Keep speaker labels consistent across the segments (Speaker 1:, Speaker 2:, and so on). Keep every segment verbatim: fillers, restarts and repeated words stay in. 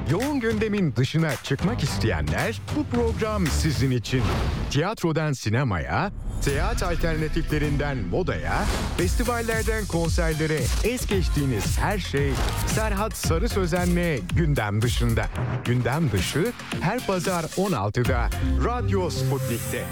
Speaker 1: Yoğun gündemin dışına çıkmak isteyenler bu program sizin için. Tiyatrodan sinemaya, seyahat alternatiflerinden modaya, festivallerden konserlere es geçtiğiniz her şey Serhat Sarı Sözen'le gündem dışında. Gündem dışı her pazar on altıda Radyo Sputnik'te.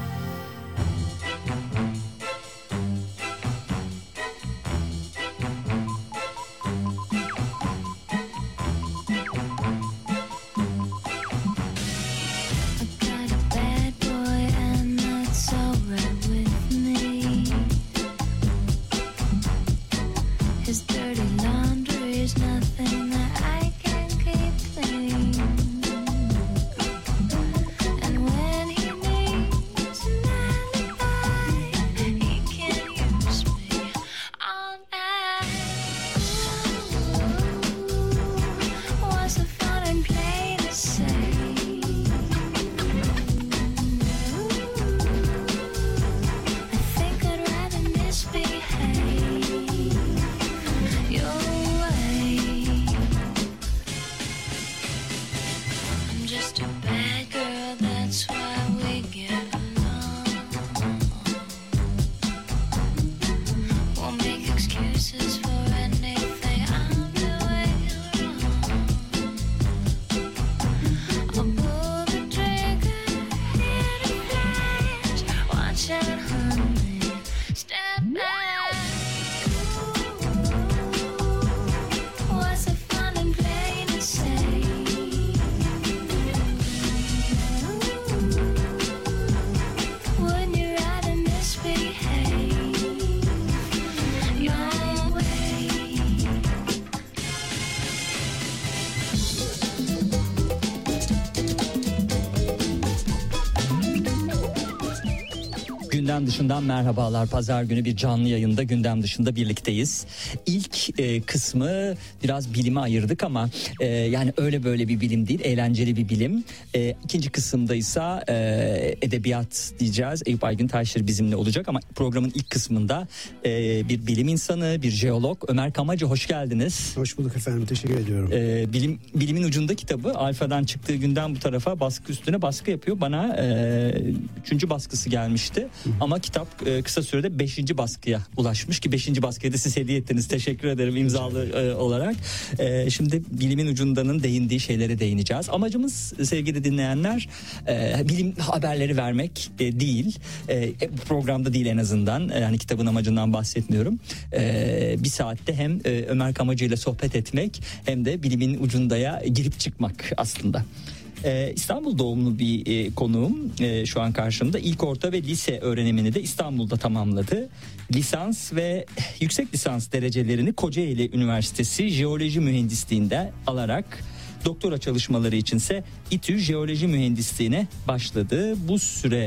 Speaker 2: Gündem dışından merhabalar. Pazar günü bir canlı yayında gündem dışında birlikteyiz. İlk e, kısmı biraz bilime ayırdık ama e, yani öyle böyle bir bilim değil, eğlenceli bir bilim. E, ikinci kısımda ise e, edebiyat diyeceğiz. Eyüp Aygün Taşır bizimle olacak ama programın ilk kısmında e, bir bilim insanı, bir jeolog Ömer Kamacı, hoş geldiniz.
Speaker 3: Hoş bulduk efendim, teşekkür ediyorum.
Speaker 2: E, bilim bilimin ucunda kitabı Alfa'dan çıktığı günden bu tarafa baskı üstüne baskı yapıyor. Bana e, üçüncü baskısı gelmişti. Hı. Ama kitap e, kısa sürede beşinci baskıya ulaşmış ki beşinci baskıyı da siz hediye ettiniz. Teşekkür ederim imzalı e, olarak. E, şimdi bilimin ucundanın değindiği şeylere değineceğiz. Amacımız sevgili dinleyenler e, bilim haberleri vermek e, değil. E, bu programda değil en azından. Yani kitabın amacından bahsetmiyorum. E, bir saatte hem e, Ömer Kamacı ile sohbet etmek hem de bilimin ucundaya girip çıkmak aslında. Ee, İstanbul doğumlu bir e, konuğum e, şu an karşımda. İlk orta ve lise öğrenimini de İstanbul'da tamamladı. Lisans ve yüksek lisans derecelerini Kocaeli Üniversitesi Jeoloji Mühendisliği'nde alarak doktora çalışmaları içinse İTÜ Jeoloji Mühendisliği'ne başladı. Bu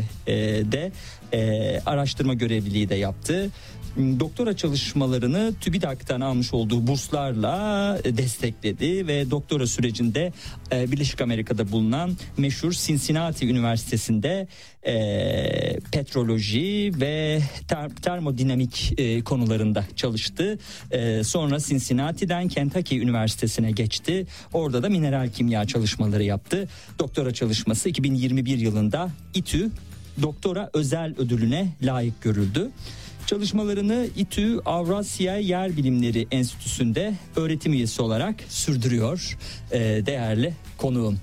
Speaker 2: sürede e, araştırma görevliliği de yaptı. Doktora çalışmalarını TÜBİTAK'tan almış olduğu burslarla destekledi ve doktora sürecinde Birleşik Amerika'da bulunan meşhur Cincinnati Üniversitesi'nde e, petroloji ve ter, termodinamik e, konularında çalıştı. E, sonra Cincinnati'den Kentucky Üniversitesi'ne geçti. Orada da mineral kimya çalışmaları yaptı. Doktora çalışması iki bin yirmi bir yılında İTÜ Doktora Özel Ödülü'ne layık görüldü. Çalışmalarını İTÜ Avrasya Yer Bilimleri Enstitüsü'nde öğretim üyesi olarak sürdürüyor e, değerli konuğum.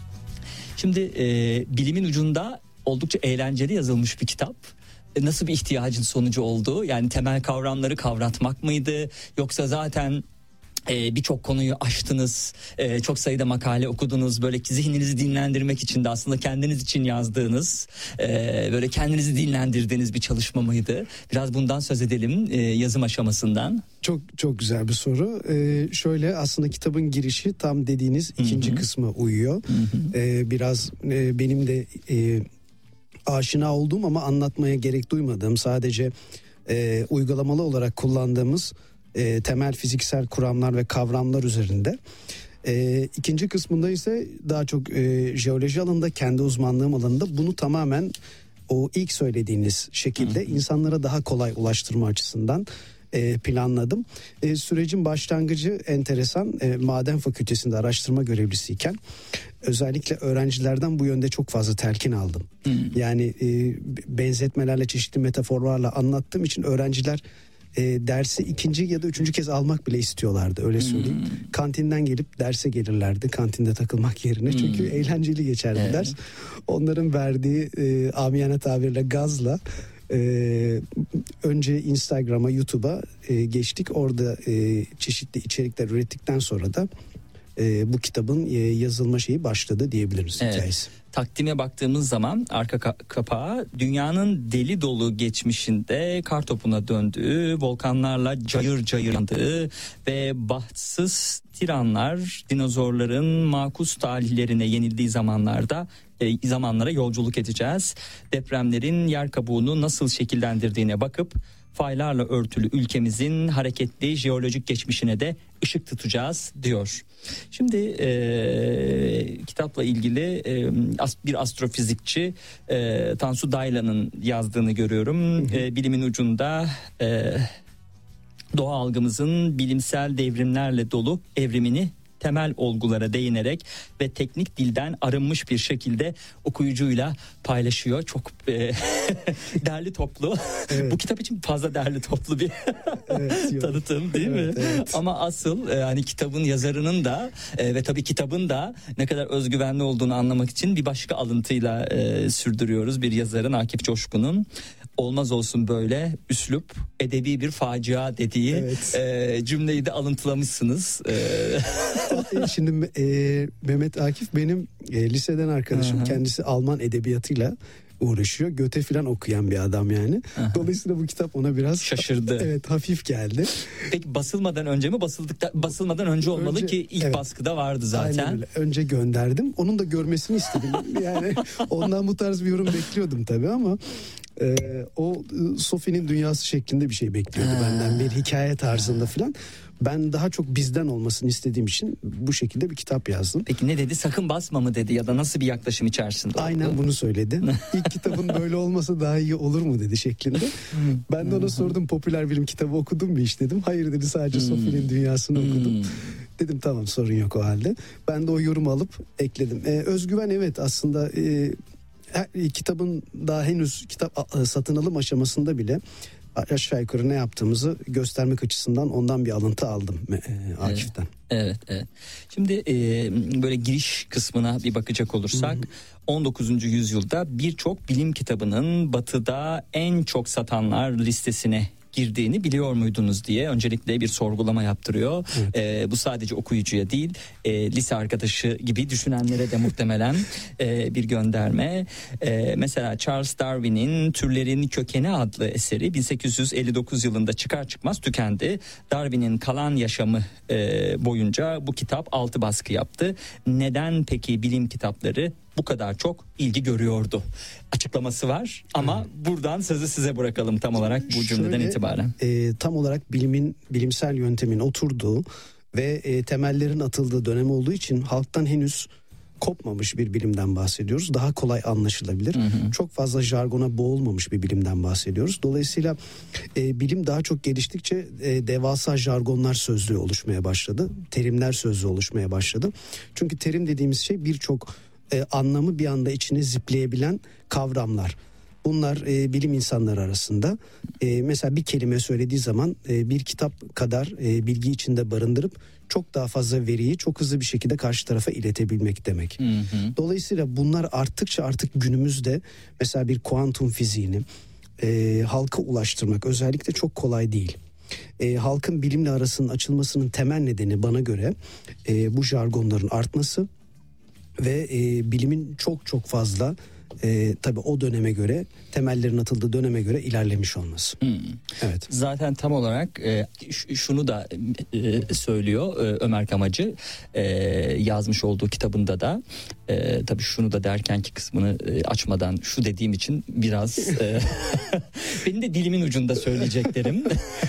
Speaker 2: Şimdi e, bilimin ucunda oldukça eğlenceli yazılmış bir kitap. E, nasıl bir ihtiyacın sonucu oldu? Yani temel kavramları kavratmak mıydı? Yoksa zaten Ee, birçok konuyu aştınız, ee, çok sayıda makale okudunuz, böyle zihninizi dinlendirmek için de aslında kendiniz için yazdığınız, ee, böyle kendinizi dinlendirdiğiniz bir çalışma mıydı? Biraz bundan söz edelim, ee, yazım aşamasından.
Speaker 3: Çok çok güzel bir soru. Ee, şöyle aslında kitabın girişi tam dediğiniz ikinci Hı-hı. kısma uyuyor. Ee, biraz e, benim de e, aşina olduğum ama anlatmaya gerek duymadığım, sadece e, uygulamalı olarak kullandığımız E, temel fiziksel kuramlar ve kavramlar üzerinde. E, ikinci kısmında ise daha çok e, jeoloji alanında, kendi uzmanlığım alanında bunu tamamen o ilk söylediğiniz şekilde Hı-hı. insanlara daha kolay ulaştırma açısından e, planladım. E, sürecin başlangıcı enteresan. E, Maden Fakültesi'nde araştırma görevlisiyken özellikle öğrencilerden bu yönde çok fazla telkin aldım. Hmm. Yani e, benzetmelerle, çeşitli metaforlarla anlattığım için öğrenciler e, dersi ikinci ya da üçüncü kez almak bile istiyorlardı, öyle söyleyeyim. Hmm. Kantinden gelip derse gelirlerdi, kantinde takılmak yerine. Çünkü hmm. eğlenceli geçerdi evet. ders. Onların verdiği e, amiyane tabirle gazla Ee, önce Instagram'a, YouTube'a e, geçtik. Orada e, çeşitli içerikler ürettikten sonra da e, bu kitabın e, yazılma şeyi başladı diyebiliriz evet. hikayesi.
Speaker 2: Takdime baktığımız zaman arka ka- kapağı dünyanın deli dolu geçmişinde kar topuna döndüğü, volkanlarla cayır cayır yandığı ve bahtsız tiranlar dinozorların makus talihlerine yenildiği zamanlarda e, zamanlara yolculuk edeceğiz. Depremlerin yer kabuğunu nasıl şekillendirdiğine bakıp faylarla örtülü ülkemizin hareketli jeolojik geçmişine de ışık tutacağız diyor. Şimdi e, kitapla ilgili e, as, bir astrofizikçi e, Tansu Daylan'ın yazdığını görüyorum. E, bilimin ucunda e, doğa algımızın bilimsel devrimlerle dolu evrimini temel olgulara değinerek ve teknik dilden arınmış bir şekilde okuyucuyla paylaşıyor. Çok e, derli toplu. Evet. Bu kitap için fazla derli toplu bir evet, tanıtım değil evet, mi? Evet. Ama asıl yani kitabın yazarının da e, ve tabii kitabın da ne kadar özgüvenli olduğunu anlamak için bir başka alıntıyla e, sürdürüyoruz. Bir yazarın, Akif Coşkun'un olmaz olsun böyle üslup edebi bir facia dediği evet. e, cümleyi de alıntılamışsınız. E...
Speaker 3: Şimdi e, Mehmet Akif benim e, liseden arkadaşım. Aha. Kendisi Alman edebiyatıyla uğraşıyor. Göte falan okuyan bir adam yani. Aha. Dolayısıyla bu kitap ona biraz
Speaker 2: şaşırdı.
Speaker 3: Evet, hafif geldi.
Speaker 2: Peki basılmadan önce mi, basıldıkta basılmadan önce olmalı önce, ki ilk evet. baskıda vardı zaten.
Speaker 3: Aynen öyle. Önce gönderdim. Onun da görmesini istedim. Yani ondan bu tarz bir yorum bekliyordum tabii ama Ee, o Sophie'nin dünyası şeklinde bir şey bekliyordu ha. benden, bir hikaye tarzında filan. Ben daha çok bizden olmasını istediğim için bu şekilde bir kitap yazdım.
Speaker 2: Peki ne dedi? Sakın basma mı dedi ya da nasıl bir yaklaşım içerisinde oldu?
Speaker 3: Aynen bunu söyledi. İlk kitabın böyle olmasa daha iyi olur mu dedi şeklinde. Ben de ona sordum, popüler bilim kitabı okudun mu hiç dedim. Hayır dedi, sadece Sophie'nin dünyasını okudum. Dedim tamam, sorun yok o halde. Ben de o yorumu alıp ekledim. Ee, özgüven evet aslında... E, kitabın daha henüz kitap satın alım aşamasında bile aşağı yukarı ne yaptığımızı göstermek açısından ondan bir alıntı aldım e, Akif'ten.
Speaker 2: Evet, evet, evet. Şimdi e, böyle giriş kısmına bir bakacak olursak hmm. on dokuzuncu yüzyılda birçok bilim kitabının Batı'da en çok satanlar listesine girdiğini biliyor muydunuz diye öncelikle bir sorgulama yaptırıyor. Evet. E, bu sadece okuyucuya değil, e, lise arkadaşı gibi düşünenlere de muhtemelen e, bir gönderme. E, mesela Charles Darwin'in Türlerin Kökeni adlı eseri bin sekiz yüz elli dokuz yılında çıkar çıkmaz tükendi. Darwin'in kalan yaşamı e, boyunca bu kitap altı baskı yaptı. Neden peki bilim kitapları bu kadar çok ilgi görüyordu? Açıklaması var ama hmm. buradan sözü size bırakalım tam olarak bu cümleden Şöyle, itibaren.
Speaker 3: E, tam olarak bilimin, bilimsel yöntemin oturduğu ve e, temellerin atıldığı dönem olduğu için halktan henüz kopmamış bir bilimden bahsediyoruz. Daha kolay anlaşılabilir. Hı hı. Çok fazla jargona boğulmamış bir bilimden bahsediyoruz. Dolayısıyla e, bilim daha çok geliştikçe e, devasa jargonlar sözlüğü oluşmaya başladı. Terimler sözlüğü oluşmaya başladı. Çünkü terim dediğimiz şey birçok e, anlamı bir anda içine zipleyebilen kavramlar. Bunlar e, bilim insanları arasında e, mesela bir kelime söylediği zaman e, bir kitap kadar e, bilgi içinde barındırıp çok daha fazla veriyi çok hızlı bir şekilde karşı tarafa iletebilmek demek. Hı hı. Dolayısıyla bunlar arttıkça artık günümüzde mesela bir kuantum fiziğini e, halka ulaştırmak özellikle çok kolay değil. E, halkın bilimle arasının açılmasının temel nedeni bana göre e, bu jargonların artması ve e, bilimin çok çok fazla e, tabii o döneme göre, temellerin atıldığı döneme göre ilerlemiş olması. Hmm.
Speaker 2: Evet. Zaten tam olarak e, şunu da e, söylüyor e, Ömer Kamacı e, yazmış olduğu kitabında da E, tabii şunu da derkenki kısmını e, açmadan şu dediğim için biraz e, benim de dilimin ucunda söyleyeceklerim.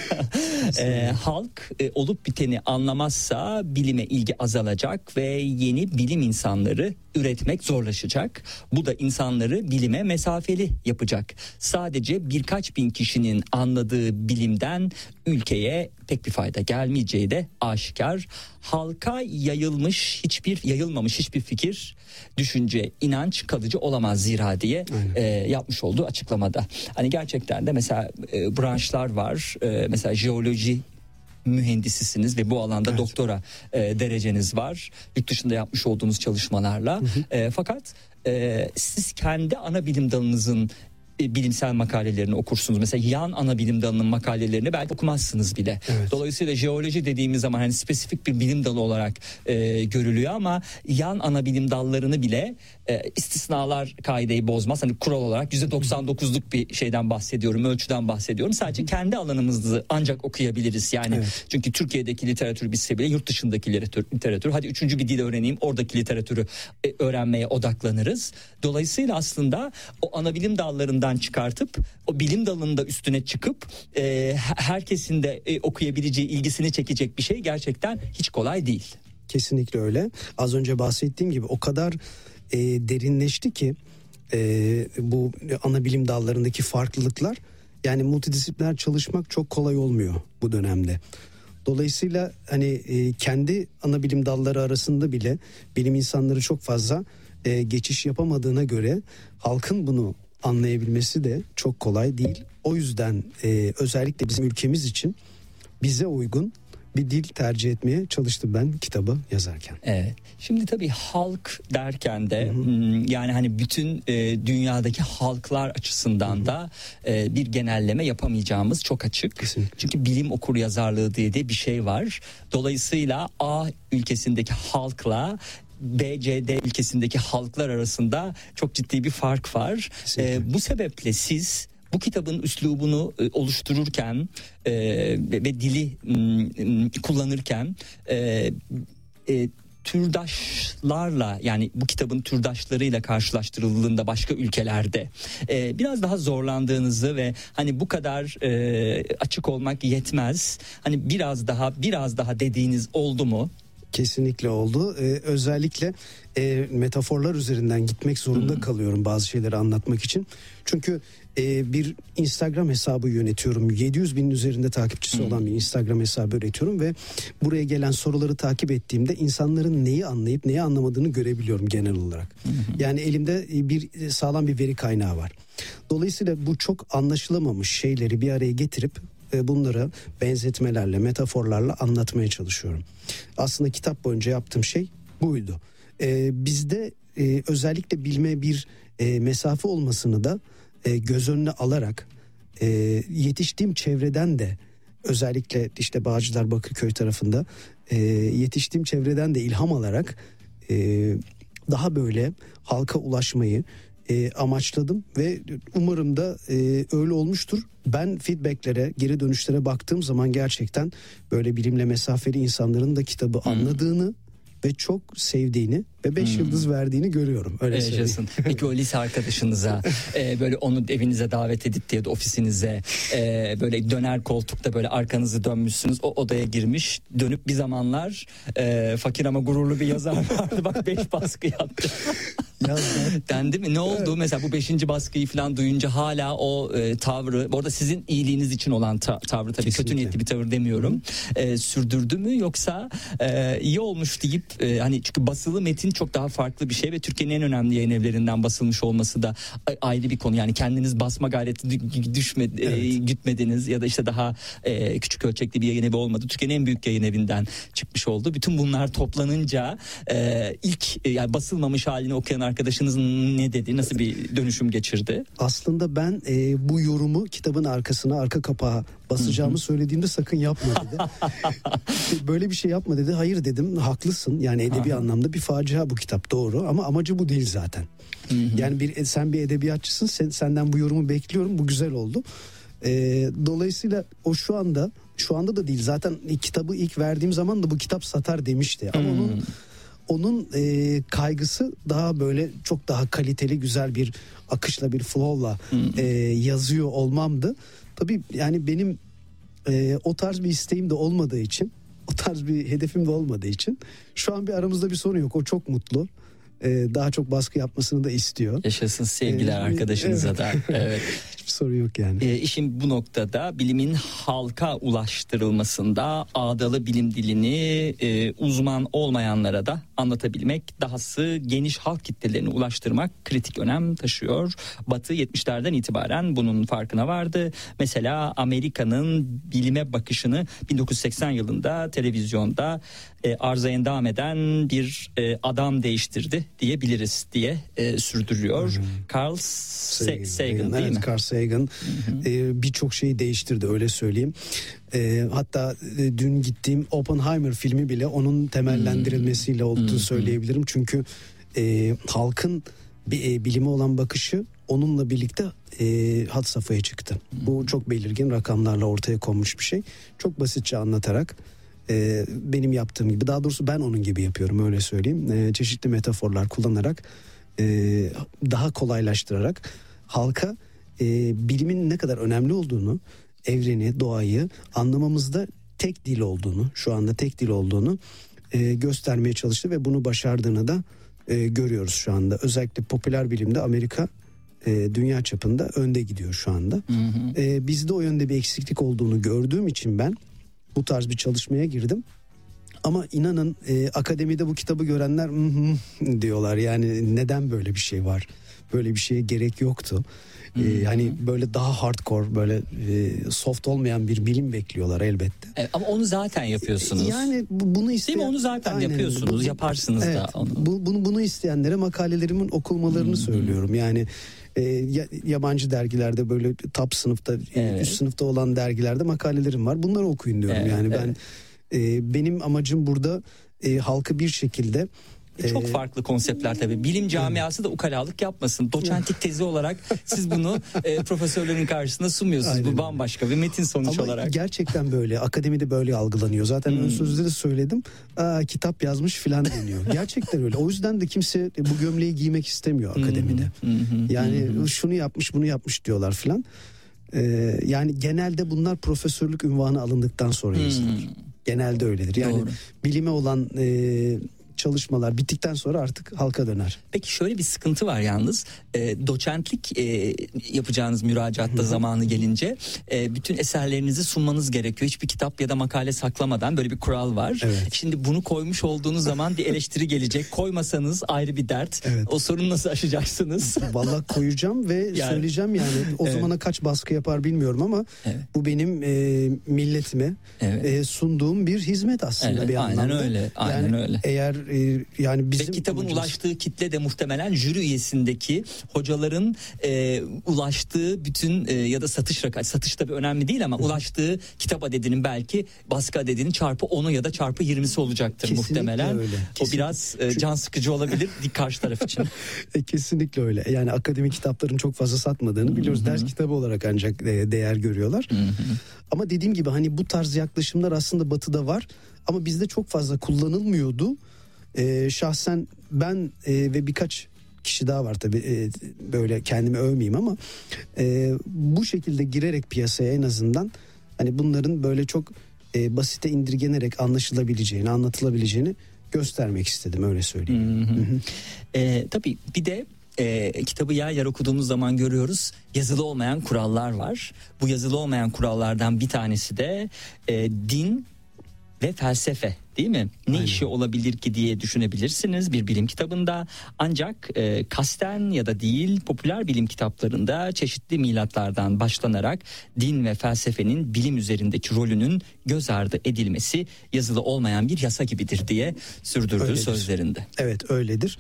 Speaker 2: e, halk e, olup biteni anlamazsa bilime ilgi azalacak ve yeni bilim insanları üretmek zorlaşacak. Bu da insanları bilime mesafeli yapacak. Sadece birkaç bin kişinin anladığı bilimden ülkeye pek bir fayda gelmeyeceği de aşikar. Halka yayılmış hiçbir yayılmamış hiçbir fikir, düşünce, inanç kalıcı olamaz zira diye e, yapmış olduğu açıklamada. Hani gerçekten de mesela e, branşlar var. E, mesela jeoloji mühendisisiniz ve bu alanda evet. doktora e, dereceniz var. Yurt dışında yapmış olduğunuz çalışmalarla. Hı hı. E, fakat e, siz kendi ana bilim dalınızın bilimsel makalelerini okursunuz. Mesela yan ana bilim dalının makalelerini belki okumazsınız bile. Evet. Dolayısıyla jeoloji dediğimiz zaman hani spesifik bir bilim dalı olarak e, görülüyor ama yan ana bilim dallarını bile e, istisnalar kaideyi bozmaz. Hani kural olarak yüzde doksan dokuzluk bir şeyden bahsediyorum, ölçüden bahsediyorum. Sadece kendi alanımızı ancak okuyabiliriz. Yani evet. çünkü Türkiye'deki literatür bitse bile yurt dışındaki literatür, literatür hadi üçüncü bir dil öğreneyim, oradaki literatürü e, öğrenmeye odaklanırız. Dolayısıyla aslında o ana bilim dallarından çıkartıp o bilim dalında üstüne çıkıp e, herkesin de e, okuyabileceği, ilgisini çekecek bir şey gerçekten hiç kolay değil.
Speaker 3: Kesinlikle öyle. Az önce bahsettiğim gibi o kadar e, derinleşti ki e, bu ana bilim dallarındaki farklılıklar, yani multidisipliner çalışmak çok kolay olmuyor bu dönemde. Dolayısıyla hani e, kendi ana bilim dalları arasında bile bilim insanları çok fazla e, geçiş yapamadığına göre halkın bunu anlayabilmesi de çok kolay değil. O yüzden e, özellikle bizim ülkemiz için bize uygun bir dil tercih etmeye çalıştım ben kitabı yazarken.
Speaker 2: Evet. Şimdi tabii halk derken de hı hı. yani hani bütün e, dünyadaki halklar açısından hı hı. da e, bir genelleme yapamayacağımız çok açık. Kesinlikle. Çünkü bilim okuryazarlığı diye de bir şey var. Dolayısıyla A ülkesindeki halkla B C D ülkesindeki halklar arasında çok ciddi bir fark var. E, bu sebeple siz bu kitabın üslubunu e, oluştururken e, ve, ve dili m, kullanırken e, e, türdaşlarla, yani bu kitabın türdaşlarıyla karşılaştırıldığında başka ülkelerde e, biraz daha zorlandığınızı ve hani bu kadar e, açık olmak yetmez, hani biraz daha biraz daha dediğiniz oldu mu?
Speaker 3: Kesinlikle oldu. Ee, özellikle e, metaforlar üzerinden gitmek zorunda hmm. kalıyorum bazı şeyleri anlatmak için. Çünkü e, bir Instagram hesabı yönetiyorum. yedi yüz binin üzerinde takipçisi hmm. olan bir Instagram hesabı üretiyorum ve buraya gelen soruları takip ettiğimde insanların neyi anlayıp neyi anlamadığını görebiliyorum genel olarak. Hmm. Yani elimde bir sağlam bir veri kaynağı var. Dolayısıyla bu çok anlaşılamamış şeyleri bir araya getirip bunları benzetmelerle, metaforlarla anlatmaya çalışıyorum. Aslında kitap boyunca yaptığım şey buydu. Ee, bizde e, özellikle bilime bir e, mesafe olmasını da e, göz önüne alarak e, yetiştiğim çevreden de, özellikle işte Bağcılar, Bakırköy tarafında e, yetiştiğim çevreden de ilham alarak e, daha böyle halka ulaşmayı E, amaçladım ve umarım da e, öyle olmuştur. Ben feedbacklere, geri dönüşlere baktığım zaman gerçekten böyle bilimle mesafeli insanların da kitabı hmm. anladığını ve çok sevdiğini ve beş hmm. yıldız verdiğini görüyorum. Öyle
Speaker 2: söyleyeyim. Peki o lise arkadaşınıza e, böyle onu evinize davet edip ya da ofisinize e, böyle döner koltukta böyle arkanızı dönmüşsünüz, o odaya girmiş, dönüp bir zamanlar e, fakir ama gururlu bir yazar vardı, bak beş baskı yaptı. Dendi mi? Ne oldu? Evet. Mesela bu beşinci baskıyı falan duyunca hala o e, tavrı, bu arada sizin iyiliğiniz için olan ta- tavrı tabii kesinlikle kötü niyetli bir tavır demiyorum. E, sürdürdü mü yoksa e, iyi olmuş deyip e, hani çünkü basılı metin çok daha farklı bir şey ve Türkiye'nin en önemli yayın evlerinden basılmış olması da ayrı bir konu. Yani kendiniz basma gayreti düşme, evet. e, gütmediniz ya da işte daha e, küçük ölçekli bir yayın evi olmadı. Türkiye'nin en büyük yayın evinden çıkmış oldu. Bütün bunlar toplanınca e, ilk e, yani basılmamış halini okuyan arkadaşınız ne dedi? Nasıl bir dönüşüm geçirdi?
Speaker 3: Aslında ben e, bu yorumu kitabın arkasına, arka kapağa basacağımı Hı-hı. söylediğimde sakın yapma dedi. Böyle bir şey yapma dedi. Hayır dedim, haklısın. Yani edebi Aha. anlamda bir facia bu kitap, doğru, ama amacı bu değil zaten. Hı-hı. Yani bir sen bir edebiyatçısın, sen, senden bu yorumu bekliyorum. Bu güzel oldu. E, dolayısıyla o şu anda şu anda da değil. Zaten kitabı ilk verdiğim zaman da bu kitap satar demişti. Ama Hı-hı. onun onun e, kaygısı daha böyle çok daha kaliteli, güzel bir akışla, bir flow'la e, yazıyor olmamdı. Tabii yani benim e, o tarz bir isteğim de olmadığı için, o tarz bir hedefim de olmadığı için şu an bir aramızda bir sorun yok. O çok mutlu. Ee, daha çok baskı yapmasını da istiyor.
Speaker 2: Yaşasın sevgiler ee, arkadaşınıza
Speaker 3: evet.
Speaker 2: da. Evet.
Speaker 3: Hiçbir sorun yok yani.
Speaker 2: E, işin bu noktada bilimin halka ulaştırılmasında ağdalı bilim dilini e, uzman olmayanlara da anlatabilmek, dahası geniş halk kitlelerini ulaştırmak kritik önem taşıyor. Batı yetmişlerden itibaren bunun farkına vardı. Mesela Amerika'nın bilime bakışını bin dokuz yüz seksen yılında televizyonda e, arıza endam eden bir e, adam değiştirdi diyebiliriz diye e, sürdürüyor. Hmm. Carl Sagan, Sagan değil
Speaker 3: evet,
Speaker 2: mi?
Speaker 3: Carl Sagan e, birçok şeyi değiştirdi, öyle söyleyeyim. E, hatta e, dün gittiğim Oppenheimer filmi bile onun temellendirilmesiyle olduğunu hmm. söyleyebilirim. Çünkü e, halkın e, bilime olan bakışı onunla birlikte e, had safhaya çıktı. Hmm. Bu çok belirgin rakamlarla ortaya konmuş bir şey. Çok basitçe anlatarak, e, benim yaptığım gibi, daha doğrusu ben onun gibi yapıyorum, öyle söyleyeyim. E, çeşitli metaforlar kullanarak, e, daha kolaylaştırarak halka e, bilimin ne kadar önemli olduğunu, evreni, doğayı anlamamızda tek dil olduğunu, şu anda tek dil olduğunu e, göstermeye çalıştı ve bunu başardığını da e, görüyoruz şu anda. Özellikle popüler bilimde Amerika e, dünya çapında önde gidiyor şu anda. Hı hı. E, bizde o yönde bir eksiklik olduğunu gördüğüm için ben bu tarz bir çalışmaya girdim. Ama inanın e, akademide bu kitabı görenler diyorlar, yani neden böyle bir şey var? Böyle bir şeye gerek yoktu. Ee, hani böyle daha hardcore, böyle e, soft olmayan bir bilim bekliyorlar elbette.
Speaker 2: Evet, ama onu zaten yapıyorsunuz.
Speaker 3: Yani bu, bunu isteyen,
Speaker 2: değil mi? Onu zaten aynen, yapıyorsunuz, bu, yaparsınız evet, da onu.
Speaker 3: Bu, bunu, bunu isteyenlere makalelerimin okunmalarını hmm. söylüyorum. Yani e, yabancı dergilerde, böyle top sınıfta, evet. üst sınıfta olan dergilerde makalelerim var. Bunları okuyun diyorum. Evet, yani ben evet. e, benim amacım burada e, halkı bir şekilde
Speaker 2: çok farklı konseptler tabii. Bilim camiası da ukalalık yapmasın. Doçentlik tezi olarak siz bunu e, profesörlerin karşısında sunmuyorsunuz. Aynen. Bu bambaşka bir metin sonuç
Speaker 3: ama
Speaker 2: olarak.
Speaker 3: Gerçekten böyle. Akademide böyle algılanıyor. Zaten hmm. ön sözde de söyledim. Aa, kitap yazmış filan deniyor. Gerçekten öyle. O yüzden de kimse bu gömleği giymek istemiyor akademide. Yani şunu yapmış, bunu yapmış diyorlar filan. Ee, yani genelde bunlar profesörlük unvanı alındıktan sonra yazılır. Genelde öyledir. Yani doğru. Bilime olan E, çalışmalar bittikten sonra artık halka döner.
Speaker 2: Peki şöyle bir sıkıntı var yalnız. E, doçentlik e, yapacağınız müracaatta zamanı gelince e, bütün eserlerinizi sunmanız gerekiyor. Hiçbir kitap ya da makale saklamadan, böyle bir kural var. Evet. Şimdi bunu koymuş olduğunuz zaman bir eleştiri gelecek. Koymasanız ayrı bir dert. Evet. O sorunu nasıl aşacaksınız?
Speaker 3: Vallahi koyacağım ve yani, söyleyeceğim yani. O evet. zamana kaç baskı yapar bilmiyorum ama evet. bu benim e, milletime evet. e, sunduğum bir hizmet aslında evet, bir anlamda.
Speaker 2: Aynen öyle. Aynen
Speaker 3: yani
Speaker 2: öyle.
Speaker 3: Eğer yani bizim
Speaker 2: ve kitabın
Speaker 3: amacımız...
Speaker 2: ulaştığı kitle de muhtemelen jüri üyesindeki hocaların e, ulaştığı bütün e, ya da satış rakamı, satış tabii önemli değil ama ulaştığı kitap adedinin belki baskı adedinin çarpı onu ya da çarpı yirmisi olacaktır. Kesinlikle muhtemelen. Öyle. O biraz e, can sıkıcı olabilir karşı taraf için.
Speaker 3: e, kesinlikle öyle. Yani akademik kitapların çok fazla satmadığını biliyoruz. Hı-hı. Ders kitabı olarak ancak e, değer görüyorlar. Hı-hı. Ama dediğim gibi hani bu tarz yaklaşımlar aslında Batı'da var ama bizde çok fazla kullanılmıyordu. Ee, şahsen ben e, ve birkaç kişi daha var tabii, e, böyle kendimi övmeyeyim ama e, bu şekilde girerek piyasaya en azından hani bunların böyle çok e, basite indirgenerek anlaşılabileceğini, anlatılabileceğini göstermek istedim, öyle söyleyeyim. Hı hı. Hı hı.
Speaker 2: E, tabii bir de E, kitabı yer yer okuduğumuz zaman görüyoruz, yazılı olmayan kurallar var. Bu yazılı olmayan kurallardan bir tanesi de e, din ve felsefe, değil mi? Ne Aynen. işi olabilir ki diye düşünebilirsiniz bir bilim kitabında. Ancak e, kasten ya da değil, popüler bilim kitaplarında çeşitli milatlardan başlanarak din ve felsefenin bilim üzerindeki rolünün göz ardı edilmesi yazılı olmayan bir yasa gibidir diye sürdürdüğü öyledir. Sözlerinde.
Speaker 3: Evet, öyledir.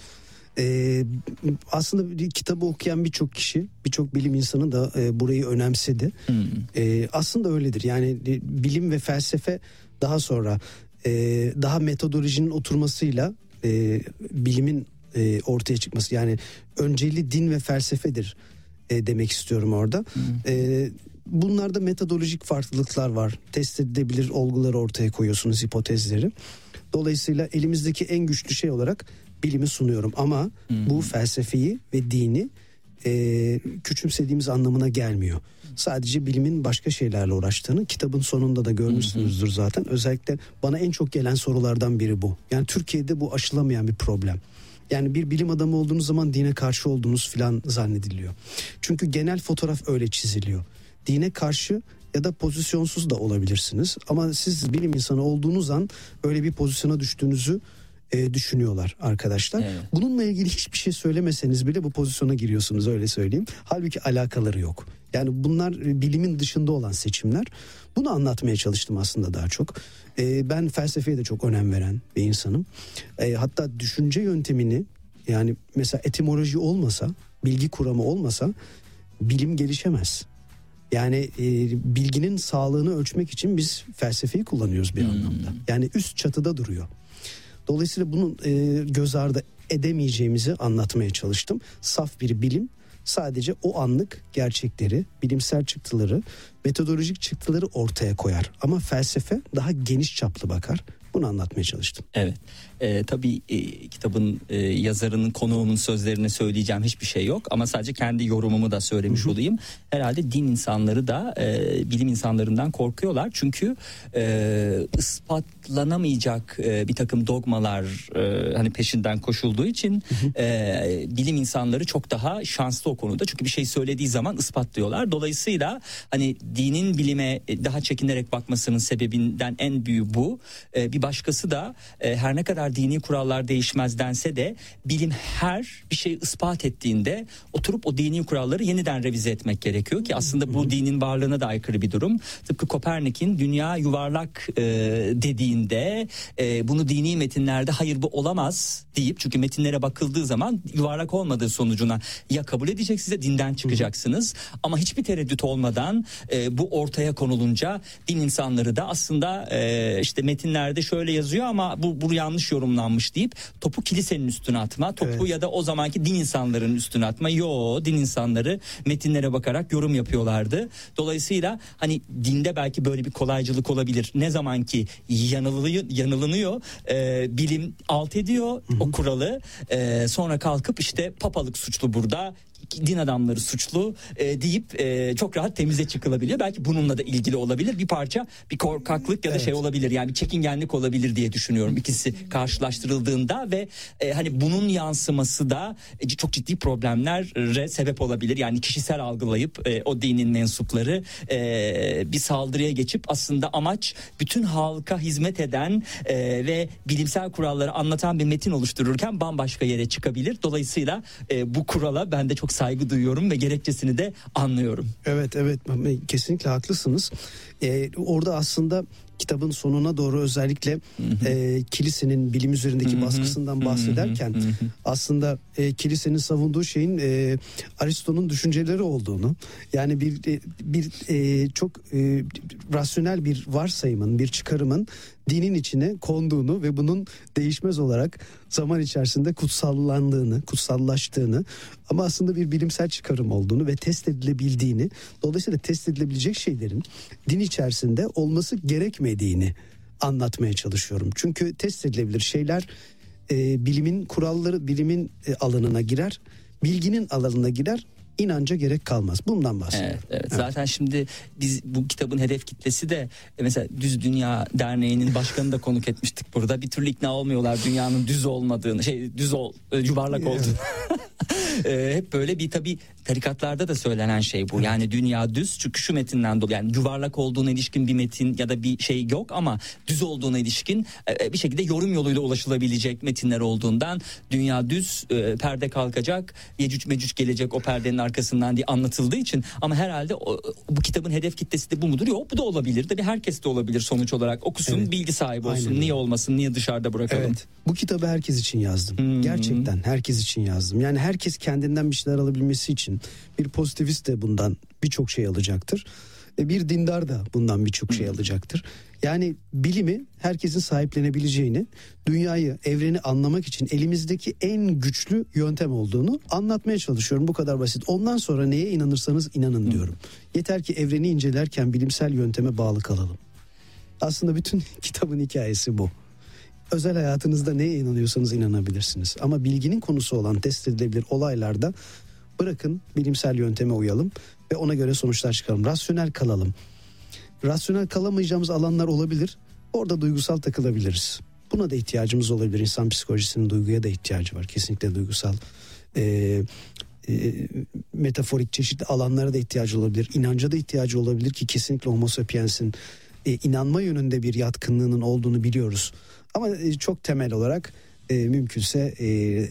Speaker 3: Ee, aslında kitabı okuyan birçok kişi, birçok bilim insanı da e, burayı önemsedi. Hmm. E, aslında öyledir. Yani e, bilim ve felsefe daha sonra e, daha metodolojinin oturmasıyla e, bilimin e, ortaya çıkması. Yani önceli din ve felsefedir e, demek istiyorum orada. Hmm. E, bunlarda metodolojik farklılıklar var. Test edilebilir olguları ortaya koyuyorsunuz, hipotezleri. Dolayısıyla elimizdeki en güçlü şey olarak bilimi sunuyorum ama hmm. bu felsefeyi ve dini e, küçümsediğimiz anlamına gelmiyor. Sadece bilimin başka şeylerle uğraştığını kitabın sonunda da görmüşsünüzdür zaten. Özellikle bana en çok gelen sorulardan biri bu. Yani Türkiye'de bu aşılamayan bir problem. Yani bir bilim adamı olduğunuz zaman dine karşı olduğunuz filan zannediliyor. Çünkü genel fotoğraf öyle çiziliyor. Dine karşı ya da pozisyonsuz da olabilirsiniz. Ama siz bilim insanı olduğunuz an öyle bir pozisyona düştüğünüzü e, düşünüyorlar arkadaşlar. Evet. Bununla ilgili hiçbir şey söylemeseniz bile bu pozisyona giriyorsunuz, öyle söyleyeyim. Halbuki alakaları yok. Yani bunlar bilimin dışında olan seçimler. Bunu anlatmaya çalıştım aslında daha çok. E, ben felsefeye de çok önem veren bir insanım. E, hatta düşünce yöntemini, yani mesela etimoloji olmasa, bilgi kuramı olmasa bilim gelişemez. Yani e, bilginin sağlığını ölçmek için biz felsefeyi kullanıyoruz bir hmm. anlamda. Yani üst çatıda duruyor. Dolayısıyla bunun e, göz ardı edemeyeceğimizi anlatmaya çalıştım. Saf bir bilim sadece o anlık gerçekleri, bilimsel çıktıları, metodolojik çıktıları ortaya koyar. Ama felsefe daha geniş çaplı bakar. Bunu anlatmaya çalıştım.
Speaker 2: Evet. Ee, tabii e, kitabın e, yazarının, konuğumun sözlerine söyleyeceğim hiçbir şey yok. Ama sadece kendi yorumumu da söylemiş Hı-hı. olayım. Herhalde din insanları da e, bilim insanlarından korkuyorlar. Çünkü e, ispatlanamayacak e, bir takım dogmalar e, hani peşinden koşulduğu için e, bilim insanları çok daha şanslı o konuda. Çünkü bir şey söylediği zaman ispatlıyorlar. Dolayısıyla hani dinin bilime daha çekinerek bakmasının sebebinden en büyüğü bu. E, bir başkası da e, her ne kadar dini kurallar değişmez dense de bilim her bir şey ispat ettiğinde oturup o dini kuralları yeniden revize etmek gerekiyor ki aslında bu dinin varlığına da aykırı bir durum. Tıpkı Kopernik'in dünya yuvarlak e, dediğinde e, bunu dini metinlerde hayır bu olamaz deyip, çünkü metinlere bakıldığı zaman yuvarlak olmadığı sonucuna ya kabul edeceksiniz ya dinden çıkacaksınız. Ama hiçbir tereddüt olmadan e, bu ortaya konulunca din insanları da aslında e, işte metinlerde şöyle yazıyor ama bu, bu yanlış yorumlanmış deyip topu kilisenin üstüne atma, topu evet. ya da o zamanki din insanlarının üstüne atma. Yo, din insanları metinlere bakarak yorum yapıyorlardı. Dolayısıyla hani dinde belki böyle bir kolaycılık olabilir. Ne zaman ki yanılıyor, yanılınıyor, e, bilim alt ediyor Hı-hı. o kuralı, e, sonra kalkıp işte papalık suçlu burada, din adamları suçlu e, deyip e, çok rahat temize çıkılabiliyor. Belki bununla da ilgili olabilir. Bir parça bir korkaklık ya da evet. şey olabilir. Yani bir çekingenlik olabilir diye düşünüyorum. İkisi karşılaştırıldığında ve e, hani bunun yansıması da e, çok ciddi problemlere sebep olabilir. Yani kişisel algılayıp e, o dinin mensupları e, bir saldırıya geçip aslında amaç bütün halka hizmet eden e, ve bilimsel kuralları anlatan bir metin oluştururken bambaşka yere çıkabilir. Dolayısıyla e, bu kurala ben de çok saygı duyuyorum ve gerekçesini de anlıyorum.
Speaker 3: Evet evet kesinlikle haklısınız. Ee, orada aslında kitabın sonuna doğru özellikle e, kilisenin bilim üzerindeki baskısından bahsederken aslında e, kilisenin savunduğu şeyin e, Aristo'nun düşünceleri olduğunu, yani bir e, bir e, çok e, rasyonel bir varsayımın, bir çıkarımın dinin içine konduğunu ve bunun değişmez olarak zaman içerisinde kutsallandığını, kutsallaştığını ama aslında bir bilimsel çıkarım olduğunu ve test edilebildiğini, dolayısıyla test edilebilecek şeylerin din içerisinde olması gerekmediğini anlatmaya çalışıyorum. Çünkü test edilebilir şeyler e, bilimin kuralları, bilimin e, alanına girer, bilginin alanına girer. İnanca gerek kalmaz. Bundan bahsediyorum.
Speaker 2: Evet, evet. Evet. Zaten şimdi biz bu kitabın hedef kitlesi de mesela Düz Dünya Derneği'nin başkanını da konuk etmiştik burada. Bir türlü ikna olmuyorlar dünyanın düz olmadığını, şey düz ol, yuvarlak olduğunu. e, hep böyle bir, tabii tarikatlarda da söylenen şey bu. Evet. Yani dünya düz, çünkü şu metinden dolayı, yani yuvarlak olduğuna ilişkin bir metin ya da bir şey yok ama düz olduğuna ilişkin e, bir şekilde yorum yoluyla ulaşılabilecek metinler olduğundan dünya düz, e, perde kalkacak, Yecüc Mecüc gelecek o perdenin arkasından diye anlatıldığı için. Ama herhalde o, bu kitabın hedef kitlesi de bu mudur? Yok, bu da olabilir. Tabii herkes de olabilir sonuç olarak. Okusun, evet. bilgi sahibi olsun. Aynen. Niye olmasın? Niye dışarıda bırakalım? Evet.
Speaker 3: Bu kitabı herkes için yazdım. Hmm. Gerçekten herkes için yazdım. Yani herkes kendinden bir şeyler alabilmesi için. Bir pozitivist de bundan birçok şey alacaktır. Bir dindar da bundan birçok şey alacaktır. Yani bilimi herkesin sahiplenebileceğini, dünyayı, evreni anlamak için elimizdeki en güçlü yöntem olduğunu anlatmaya çalışıyorum. Bu kadar basit. Ondan sonra neye inanırsanız inanın diyorum. Yeter ki evreni incelerken bilimsel yönteme bağlı kalalım. Aslında bütün kitabın hikayesi bu. Özel hayatınızda neye inanıyorsanız inanabilirsiniz. Ama bilginin konusu olan test edilebilir olaylarda bırakın bilimsel yönteme uyalım ve ona göre sonuçlar çıkaralım. Rasyonel kalalım. Rasyonel kalamayacağımız alanlar olabilir. Orada duygusal takılabiliriz. Buna da ihtiyacımız olabilir. İnsan psikolojisinin duyguya da ihtiyacı var. Kesinlikle duygusal, e, e, metaforik çeşitli alanlara da ihtiyacı olabilir. İnanca da ihtiyacı olabilir ki kesinlikle Homo sapiens'in e, inanma yönünde bir yatkınlığının olduğunu biliyoruz. Ama e, çok temel olarak e, mümkünse e,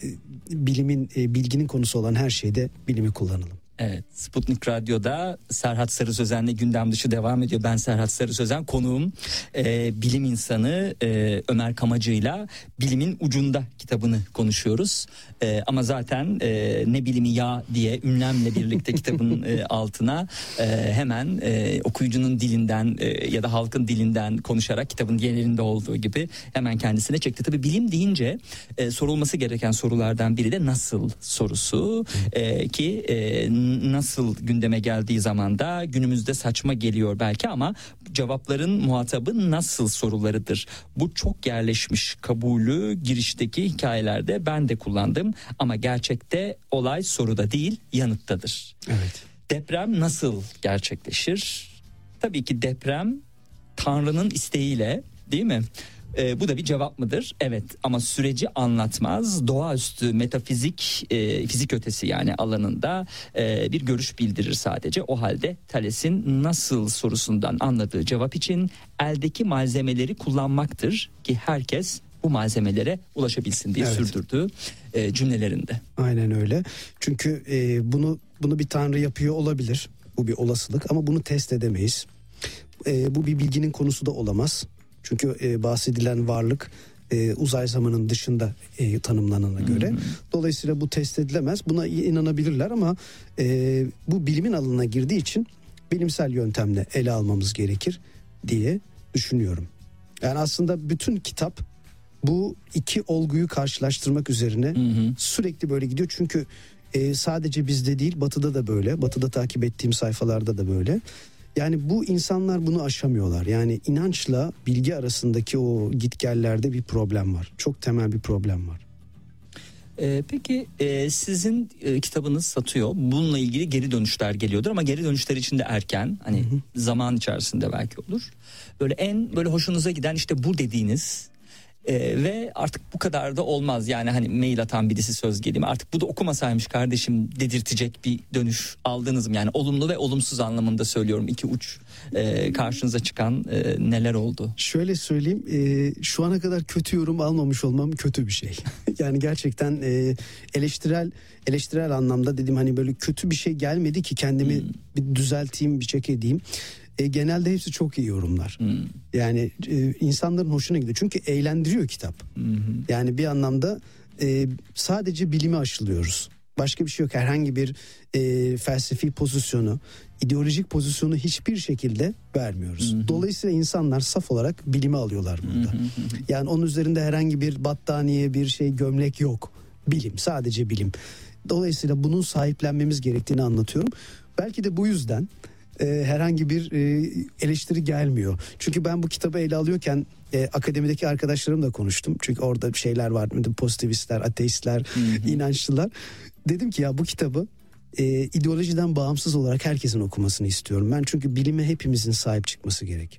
Speaker 3: bilimin, e, bilginin konusu olan her şeyde bilimi kullanalım.
Speaker 2: Evet, Sputnik Radyo'da Serhat Sarı Sözen'le gündem dışı devam ediyor. Ben Serhat Sarı Sözen, konuğum e, bilim insanı e, Ömer Kamacı'yla Bilimin Ucunda kitabını konuşuyoruz. E, ama zaten e, ne bilimi ya diye ünlemle birlikte kitabın e, altına e, hemen e, okuyucunun dilinden e, ya da halkın dilinden konuşarak kitabın genelinde olduğu gibi hemen kendisine çekti. Tabii bilim deyince e, sorulması gereken sorulardan biri de nasıl sorusu e, ki e, nasıl gündeme geldiği zaman da günümüzde saçma geliyor belki ama cevapların muhatabı nasıl sorularıdır. Bu çok yerleşmiş kabulü girişteki hikayelerde ben de kullandım ama gerçekte olay soruda değil yanıttadır.
Speaker 3: Evet.
Speaker 2: Deprem nasıl gerçekleşir? Tabii ki deprem Tanrı'nın isteğiyle, değil mi? E, bu da bir cevap mıdır? Evet, ama süreci anlatmaz. Doğaüstü metafizik, e, fizik ötesi yani alanında e, bir görüş bildirir sadece. O halde Thales'in nasıl sorusundan anladığı cevap için eldeki malzemeleri kullanmaktır ki herkes bu malzemelere ulaşabilsin diye evet. sürdürdüğü e, cümlelerinde.
Speaker 3: Aynen öyle. Çünkü e, bunu bunu bir tanrı yapıyor olabilir. Bu bir olasılık ama bunu test edemeyiz. E, bu bir bilginin konusu da olamaz. Çünkü e, bahsedilen varlık e, uzay zamanının dışında e, tanımlanana göre. Hı hı. Dolayısıyla bu test edilemez. Buna inanabilirler ama e, bu bilimin alanına girdiği için bilimsel yöntemle ele almamız gerekir diye düşünüyorum. Yani aslında bütün kitap bu iki olguyu karşılaştırmak üzerine hı hı. sürekli böyle gidiyor. Çünkü e, sadece bizde değil, Batı'da da böyle. Batı'da takip ettiğim sayfalarda da böyle. Yani bu insanlar bunu aşamıyorlar. Yani inançla bilgi arasındaki o gitgellerde bir problem var. Çok temel bir problem var.
Speaker 2: Ee, peki e, sizin e, kitabınız satıyor. Bununla ilgili geri dönüşler geliyordur ama geri dönüşler için de erken. Hani hı hı. zaman içerisinde belki olur. Böyle en böyle hoşunuza giden işte bu dediğiniz Ee, ve artık bu kadar da olmaz yani hani mail atan birisi söz gelimi artık bu da okumasaymış kardeşim dedirtecek bir dönüş aldınız mı? Yani olumlu ve olumsuz anlamında söylüyorum, iki uç e, karşınıza çıkan e, neler oldu?
Speaker 3: Şöyle söyleyeyim, e, şu ana kadar kötü yorum almamış olmam kötü bir şey. Yani gerçekten e, eleştirel eleştirel anlamda dedim hani böyle kötü bir şey gelmedi ki kendimi hmm. bir düzelteyim, bir check edeyim. E, genelde hepsi çok iyi yorumlar. Hmm. Yani e, insanların hoşuna gidiyor. Çünkü eğlendiriyor kitap. Hmm. Yani bir anlamda e, sadece bilimi aşılıyoruz. Başka bir şey yok. Herhangi bir e, felsefi pozisyonu, ideolojik pozisyonu hiçbir şekilde vermiyoruz. Hmm. Dolayısıyla insanlar saf olarak bilimi alıyorlar burada. Hmm. Yani onun üzerinde herhangi bir battaniye, bir şey, gömlek yok. Bilim, sadece bilim. Dolayısıyla bunun sahiplenmemiz gerektiğini anlatıyorum. Belki de bu yüzden e, herhangi bir e, eleştiri gelmiyor. Çünkü ben bu kitabı ele alıyorken e, akademideki arkadaşlarımla konuştum. Çünkü orada şeyler var, pozitivistler, ateistler, hı hı. inançlılar. Dedim ki ya bu kitabı e, ideolojiden bağımsız olarak herkesin okumasını istiyorum. Ben çünkü bilime hepimizin sahip çıkması gerek.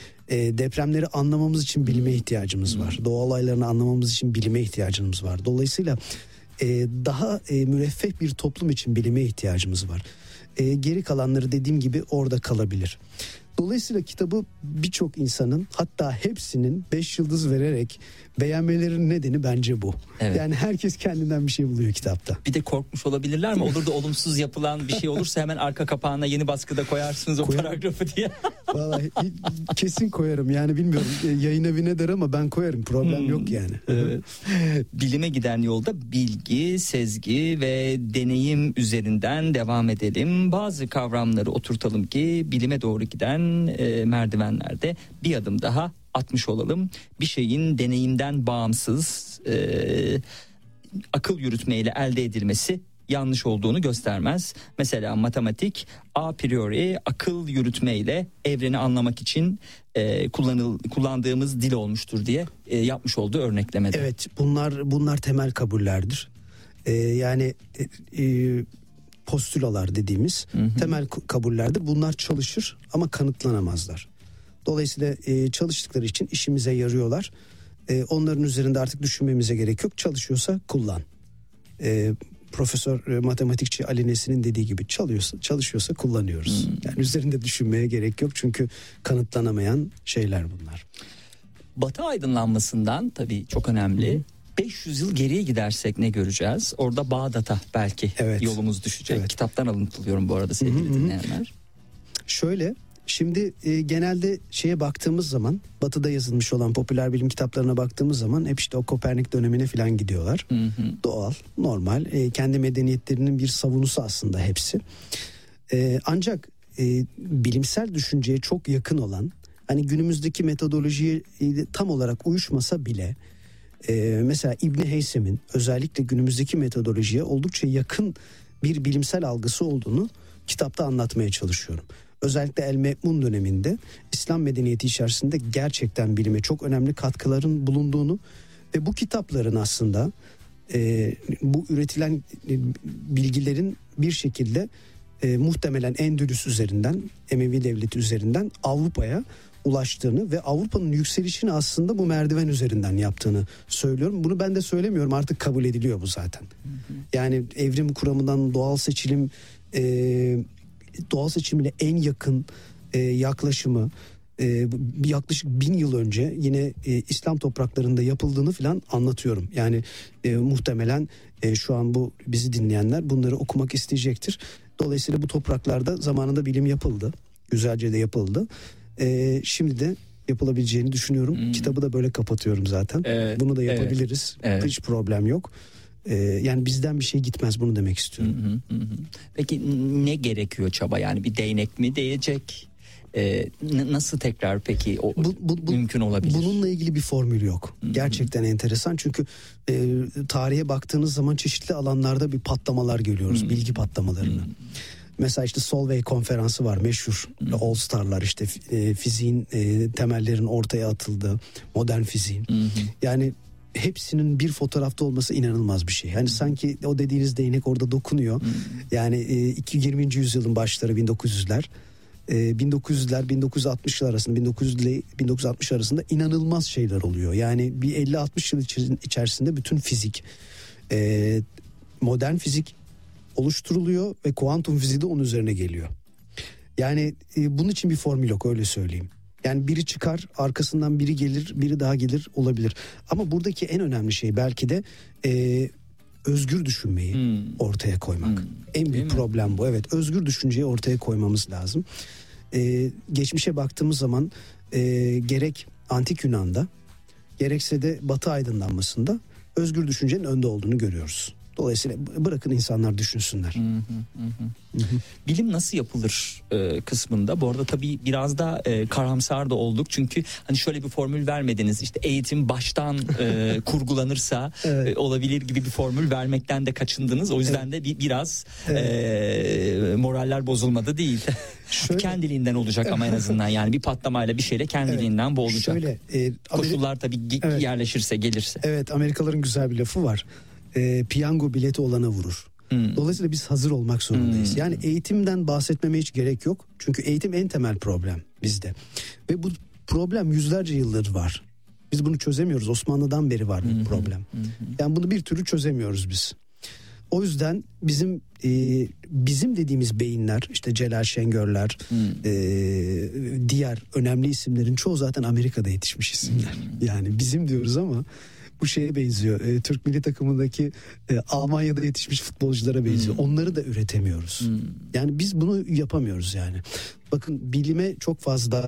Speaker 3: E, depremleri anlamamız için bilime ihtiyacımız var. Doğa olaylarını anlamamız için bilime ihtiyacımız var. Dolayısıyla e, daha e, müreffeh bir toplum için bilime ihtiyacımız var. E, geri kalanları dediğim gibi orada kalabilir. Dolayısıyla kitabı birçok insanın, hatta hepsinin beş yıldız vererek beğenmelerinin nedeni bence bu. Evet. Yani herkes kendinden bir şey buluyor kitapta.
Speaker 2: Bir de korkmuş olabilirler mi? Olur da olumsuz yapılan bir şey olursa hemen arka kapağına yeni baskıda koyarsınız o Koyarım. paragrafı diye.
Speaker 3: Vallahi kesin koyarım. Yani bilmiyorum yayın evi ne der ama ben koyarım. Problem hmm. yok yani.
Speaker 2: Evet. Bilime giden yolda bilgi, sezgi ve deneyim üzerinden devam edelim. Bazı kavramları oturtalım ki bilime doğru giden e, merdivenlerde bir adım daha atmış olalım. Bir şeyin deneyimden bağımsız e, akıl yürütmeyle elde edilmesi yanlış olduğunu göstermez. Mesela matematik a priori akıl yürütmeyle evreni anlamak için e, kullanıl, kullandığımız dil olmuştur diye e, yapmış olduğu örneklemede.
Speaker 3: Evet, bunlar bunlar temel kabullerdir. Ee, yani e, e, postülalar dediğimiz hı hı. temel kabullerdir. Bunlar çalışır ama kanıtlanamazlar. Dolayısıyla e, çalıştıkları için işimize yarıyorlar. E, onların üzerinde artık düşünmemize gerek yok. Çalışıyorsa kullan. E, Profesör e, matematikçi Ali Nesin'in dediği gibi çalıyorsa, çalışıyorsa kullanıyoruz. Hmm. Yani üzerinde düşünmeye gerek yok çünkü kanıtlanamayan şeyler bunlar.
Speaker 2: Batı aydınlanmasından tabii çok önemli. Hmm. beş yüz yıl geriye gidersek ne göreceğiz? Orada Bağdat'a belki evet. yolumuz düşecek. Evet. Kitaptan alıntılıyorum bu arada sevgili hmm. dinleyenler.
Speaker 3: Şöyle, şimdi e, genelde şeye baktığımız zaman, Batı'da yazılmış olan popüler bilim kitaplarına baktığımız zaman hep işte o Kopernik dönemine falan gidiyorlar. Hı hı. Doğal, normal, e, kendi medeniyetlerinin bir savunusu aslında hepsi. E, ancak e, bilimsel düşünceye çok yakın olan, hani günümüzdeki metodolojiye e, tam olarak uyuşmasa bile, e, mesela İbni Heysem'in özellikle günümüzdeki metodolojiye oldukça yakın bir bilimsel algısı olduğunu kitapta anlatmaya çalışıyorum. Özellikle El Me'mun döneminde İslam medeniyeti içerisinde gerçekten bilime çok önemli katkıların bulunduğunu ve bu kitapların aslında e, bu üretilen e, bilgilerin bir şekilde e, muhtemelen Endülüs üzerinden, Emevi Devleti üzerinden Avrupa'ya ulaştığını ve Avrupa'nın yükselişini aslında bu merdiven üzerinden yaptığını söylüyorum. Bunu ben de söylemiyorum, artık kabul ediliyor bu zaten. Hı hı. Yani evrim kuramından doğal seçilim e, doğal seçimle en yakın e, yaklaşımı e, yaklaşık bin yıl önce yine e, İslam topraklarında yapıldığını falan anlatıyorum. Yani e, muhtemelen e, şu an bu bizi dinleyenler bunları okumak isteyecektir. Dolayısıyla bu topraklarda zamanında bilim yapıldı. Güzelce de yapıldı. E, şimdi de yapılabileceğini düşünüyorum. Hmm. Kitabı da böyle kapatıyorum zaten. Evet, bunu da yapabiliriz. Evet, hiç evet. problem yok. Yani bizden bir şey gitmez, bunu demek istiyorum.
Speaker 2: Hı hı hı. Peki ne gerekiyor çaba, yani bir değnek mi değecek? Ee, nasıl tekrar peki o bu, bu, bu, mümkün olabilir?
Speaker 3: Bununla ilgili bir formül yok. Hı hı. Gerçekten enteresan çünkü e, tarihe baktığınız zaman çeşitli alanlarda bir patlamalar görüyoruz, hı. bilgi patlamalarını. Hı. Mesela işte Solvay konferansı var meşhur. Hı. All Star'lar işte e, fiziğin e, temellerin ortaya atıldığı, modern fiziğin. Hı hı. Yani hepsinin bir fotoğrafta olması inanılmaz bir şey. Hani hmm. sanki o dediğiniz değnek orada dokunuyor. Hmm. Yani e, yirminci yüzyılın başları bin dokuz yüzler. E, bin dokuz yüzler bin dokuz yüz altmışlar arasında bin dokuz yüz ile bin dokuz yüz altmış arasında inanılmaz şeyler oluyor. Yani bir elli altmış yıl içerisinde bütün fizik, e, modern fizik oluşturuluyor ve kuantum fiziği de onun üzerine geliyor. Yani e, bunun için bir formül yok, öyle söyleyeyim. Yani biri çıkar, arkasından biri gelir, biri daha gelir, olabilir. Ama buradaki en önemli şey belki de e, özgür düşünmeyi hmm. ortaya koymak. Hmm. En büyük problem bu. Evet, özgür düşünceyi ortaya koymamız lazım. E, geçmişe baktığımız zaman e, gerek Antik Yunan'da, gerekse de Batı aydınlanmasında özgür düşüncenin önde olduğunu görüyoruz. Dolayısıyla bırakın insanlar düşünsünler. Hı hı
Speaker 2: hı. Hı hı. Bilim nasıl yapılır e, kısmında. Bu arada tabii biraz da e, karamsar da olduk. Çünkü hani şöyle bir formül vermediniz. İşte eğitim baştan e, kurgulanırsa evet. e, olabilir gibi bir formül vermekten de kaçındınız. O yüzden evet. de bir, biraz evet. e, moraller bozulmadı değil. Şöyle, kendiliğinden olacak ama en azından yani bir patlamayla bir şeyle kendiliğinden evet. bu olacak. Şöyle, e, Koşullar tabii ge- evet. yerleşirse, gelirse.
Speaker 3: Evet, Amerikalıların güzel bir lafı var. E, piyango bileti olana vurur. Hmm. Dolayısıyla biz hazır olmak zorundayız. Hmm. Yani eğitimden bahsetmeme hiç gerek yok. Çünkü eğitim en temel problem bizde. Ve bu problem yüzlerce yıldır var. Biz bunu çözemiyoruz. Osmanlı'dan beri var bu hmm. problem. Hmm. Yani bunu bir türlü çözemiyoruz biz. O yüzden bizim e, bizim dediğimiz beyinler, işte Celal Şengörler, hmm. e, diğer önemli isimlerin çoğu zaten Amerika'da yetişmiş isimler. Hmm. Yani bizim diyoruz ama bu şeye benziyor. E, Türk milli takımındaki e, Almanya'da yetişmiş futbolculara benziyor. Hmm. Onları da üretemiyoruz. Hmm. Yani biz bunu yapamıyoruz yani. Bakın bilime çok fazla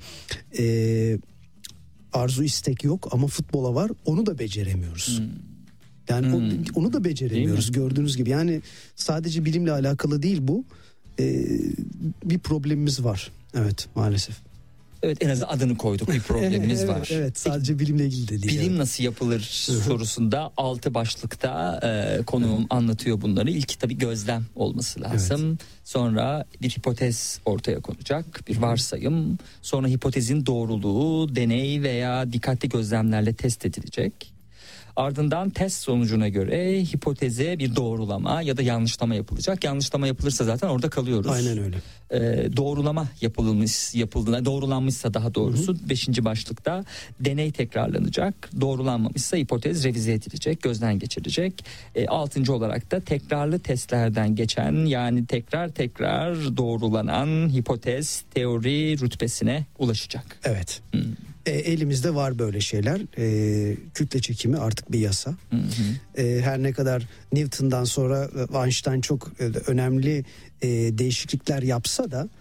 Speaker 3: e, arzu istek yok ama futbola var. Onu da beceremiyoruz. Hmm. Yani hmm. o, onu da beceremiyoruz gördüğünüz gibi. Yani sadece bilimle alakalı değil bu. E, bir problemimiz var. Evet, maalesef.
Speaker 2: Evet, en azından adını koyduk, bir problemimiz
Speaker 3: evet,
Speaker 2: var.
Speaker 3: Evet, sadece bilimle ilgili de değil.
Speaker 2: Bilim
Speaker 3: evet.
Speaker 2: nasıl yapılır sorusunda altı başlıkta e, konuğum anlatıyor bunları. İlk tabii gözlem olması lazım. Evet. Sonra bir hipotez ortaya konacak, bir varsayım. Sonra hipotezin doğruluğu deney veya dikkatli gözlemlerle test edilecek. Ardından test sonucuna göre hipoteze bir doğrulama ya da yanlışlama yapılacak. Yanlışlama yapılırsa zaten orada kalıyoruz.
Speaker 3: Aynen öyle.
Speaker 2: Ee, doğrulama yapılmış, yapıldığında, doğrulanmışsa daha doğrusu, hı hı. beşinci başlıkta deney tekrarlanacak. Doğrulanmamışsa hipotez revize edilecek, gözden geçirilecek. E, altıncı olarak da tekrarlı testlerden geçen, yani tekrar tekrar doğrulanan hipotez teori rütbesine ulaşacak.
Speaker 3: Evet.
Speaker 2: Hı.
Speaker 3: E, elimizde var böyle şeyler. E, kütle çekimi artık bir yasa. Hı hı. E, her ne kadar Newton'dan sonra Einstein çok e, önemli e, değişiklikler yapsa da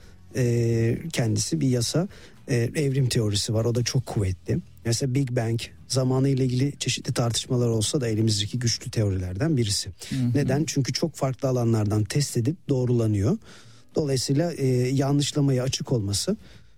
Speaker 3: e, kendisi bir yasa. E, evrim teorisi var. O da çok kuvvetli. Mesela Big Bang zamanı ile ilgili çeşitli tartışmalar olsa da elimizdeki güçlü teorilerden birisi. Hı hı. Neden? Çünkü çok farklı alanlardan test edip doğrulanıyor. Dolayısıyla e, yanlışlamaya açık olması...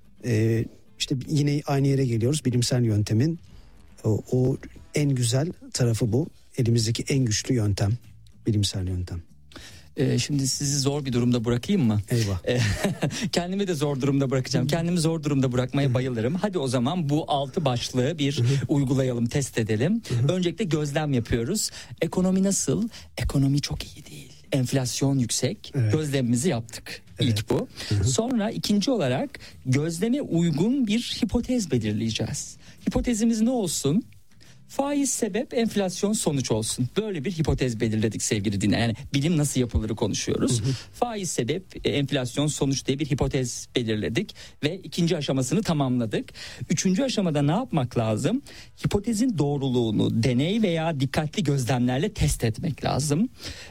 Speaker 3: E, İşte yine aynı yere geliyoruz. Bilimsel yöntemin o, o en güzel tarafı bu. Elimizdeki en güçlü yöntem, bilimsel yöntem.
Speaker 2: Ee, şimdi sizi zor bir durumda bırakayım mı?
Speaker 3: Eyvah.
Speaker 2: Kendimi de zor durumda bırakacağım. Kendimi zor durumda bırakmaya bayılırım. Hadi o zaman bu altı başlığı bir uygulayalım, test edelim. Öncelikle gözlem yapıyoruz. Ekonomi nasıl? Ekonomi çok iyi değil. Enflasyon yüksek. Evet. Gözlemimizi yaptık. Evet. İlk bu. Hı hı. Sonra ikinci olarak gözleme uygun bir hipotez belirleyeceğiz. Hipotezimiz ne olsun? Faiz sebep, enflasyon sonuç olsun. Böyle bir hipotez belirledik sevgili dinleyen. Yani bilim nasıl yapılırı konuşuyoruz. Hı hı. Faiz sebep, enflasyon sonuç diye bir hipotez belirledik ve ikinci aşamasını tamamladık. Üçüncü aşamada ne yapmak lazım? Hipotezin doğruluğunu deney veya dikkatli gözlemlerle test etmek lazım.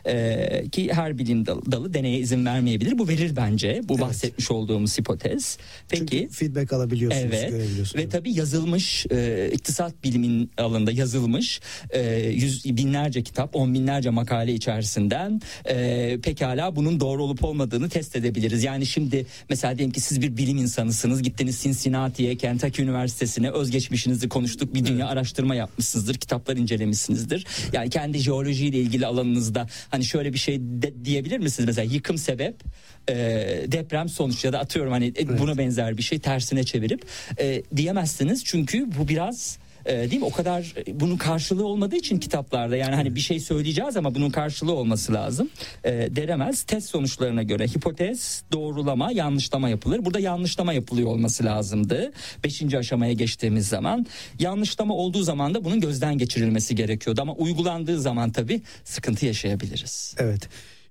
Speaker 2: Ee, ki her bilim dalı, dalı deneye izin vermeyebilir. Bu verir bence. Bu evet. bahsetmiş olduğumuz hipotez. Peki.
Speaker 3: Çünkü feedback alabiliyorsunuz,
Speaker 2: evet.
Speaker 3: görebiliyorsunuz.
Speaker 2: Ve tabii yazılmış e, iktisat bilimin alanında yazılmış e, yüz binlerce kitap, on binlerce makale içerisinden e, pekala bunun doğru olup olmadığını test edebiliriz. Yani şimdi mesela diyelim ki siz bir bilim insanısınız, gittiniz Cincinnati'ye, Kentucky Üniversitesi'ne, özgeçmişinizi konuştuk, bir dünya evet. araştırma yapmışsınızdır, kitaplar incelemişsinizdir. Yani kendi jeolojiyle ilgili alanınızda hani şöyle bir şey de, diyebilir misiniz? Mesela yıkım sebep, e, deprem sonuç ya da atıyorum hani evet. buna benzer bir şey tersine çevirip e, diyemezsiniz. Çünkü bu biraz Ee, değil mi? O kadar bunun karşılığı olmadığı için kitaplarda, yani hani bir şey söyleyeceğiz ama bunun karşılığı olması lazım. Ee, denemez. Test sonuçlarına göre hipotez, doğrulama, yanlışlama yapılır. Burada yanlışlama yapılıyor olması lazımdı. Beşinci aşamaya geçtiğimiz zaman yanlışlama olduğu zaman da bunun gözden geçirilmesi gerekiyordu ama uygulandığı zaman tabii sıkıntı yaşayabiliriz.
Speaker 3: Evet.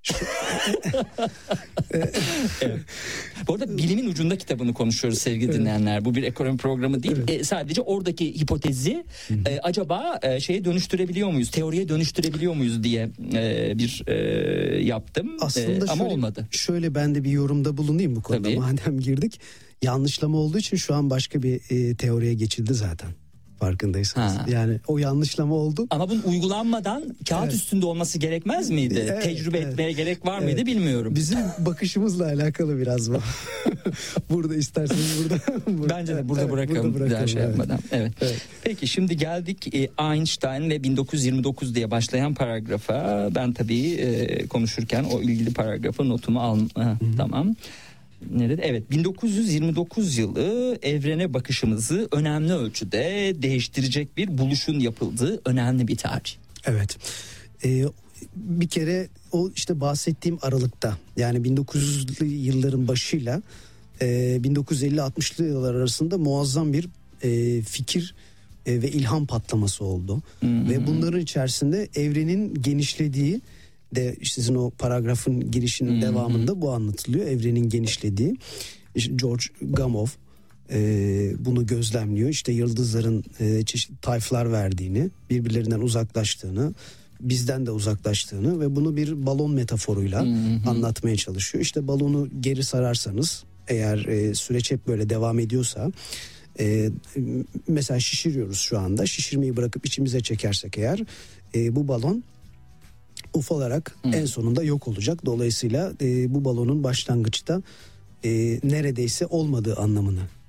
Speaker 2: evet. Bu arada bilimin ucunda kitabını konuşuyoruz sevgili evet. dinleyenler. Bu bir ekonomi programı değil. Evet. E, sadece oradaki hipotezi e, acaba e, şeye dönüştürebiliyor muyuz? Teoriye dönüştürebiliyor muyuz diye e, bir e, yaptım.
Speaker 3: Aslında
Speaker 2: e, ama
Speaker 3: şöyle,
Speaker 2: olmadı.
Speaker 3: Şöyle ben de bir yorumda bulunayım bu konuda. Tabii. Madem girdik. Yanlışlama olduğu için şu an başka bir e, teoriye geçildi zaten. Farkındaysanız. Ha. Yani o yanlışlama oldu.
Speaker 2: Ama bunun uygulanmadan kağıt evet. üstünde olması gerekmez miydi? Evet, Tecrübe evet. etmeye gerek var mıydı evet. bilmiyorum.
Speaker 3: Bizim bakışımızla alakalı biraz bu. Burada isterseniz burada. burada
Speaker 2: Bence de burada evet, bırakalım. Burada bırakalım şey evet. yapmadan. Evet. evet. Peki şimdi geldik Einstein ve bin dokuz yüz yirmi dokuz diye başlayan paragrafa. Ben tabii konuşurken o ilgili paragrafa notumu al. Ha, tamam. Nerede? Evet, bin dokuz yüz yirmi dokuz yılı evrene bakışımızı önemli ölçüde değiştirecek bir buluşun yapıldığı önemli bir tarih.
Speaker 3: Evet. Ee, bir kere o işte bahsettiğim aralıkta, yani bin dokuz yüzlü yılların başıyla e, bin dokuz yüz elli altmışlı yıllar arasında muazzam bir e, fikir e, ve ilham patlaması oldu. Hı-hı. Ve bunların içerisinde evrenin genişlediği de sizin o paragrafın girişinin hmm. devamında bu anlatılıyor. Evrenin genişlediği. İşte George Gamow e, bunu gözlemliyor. İşte yıldızların e, çeşitli tayflar verdiğini, birbirlerinden uzaklaştığını, bizden de uzaklaştığını ve bunu bir balon metaforuyla hmm. anlatmaya çalışıyor. İşte balonu geri sararsanız, eğer e, süreç hep böyle devam ediyorsa, e, mesela şişiriyoruz şu anda. Şişirmeyi bırakıp içimize çekersek eğer, e, bu balon ufalarak hmm. en sonunda yok olacak. Dolayısıyla e, bu balonun başlangıçta e, neredeyse olmadığı anlamına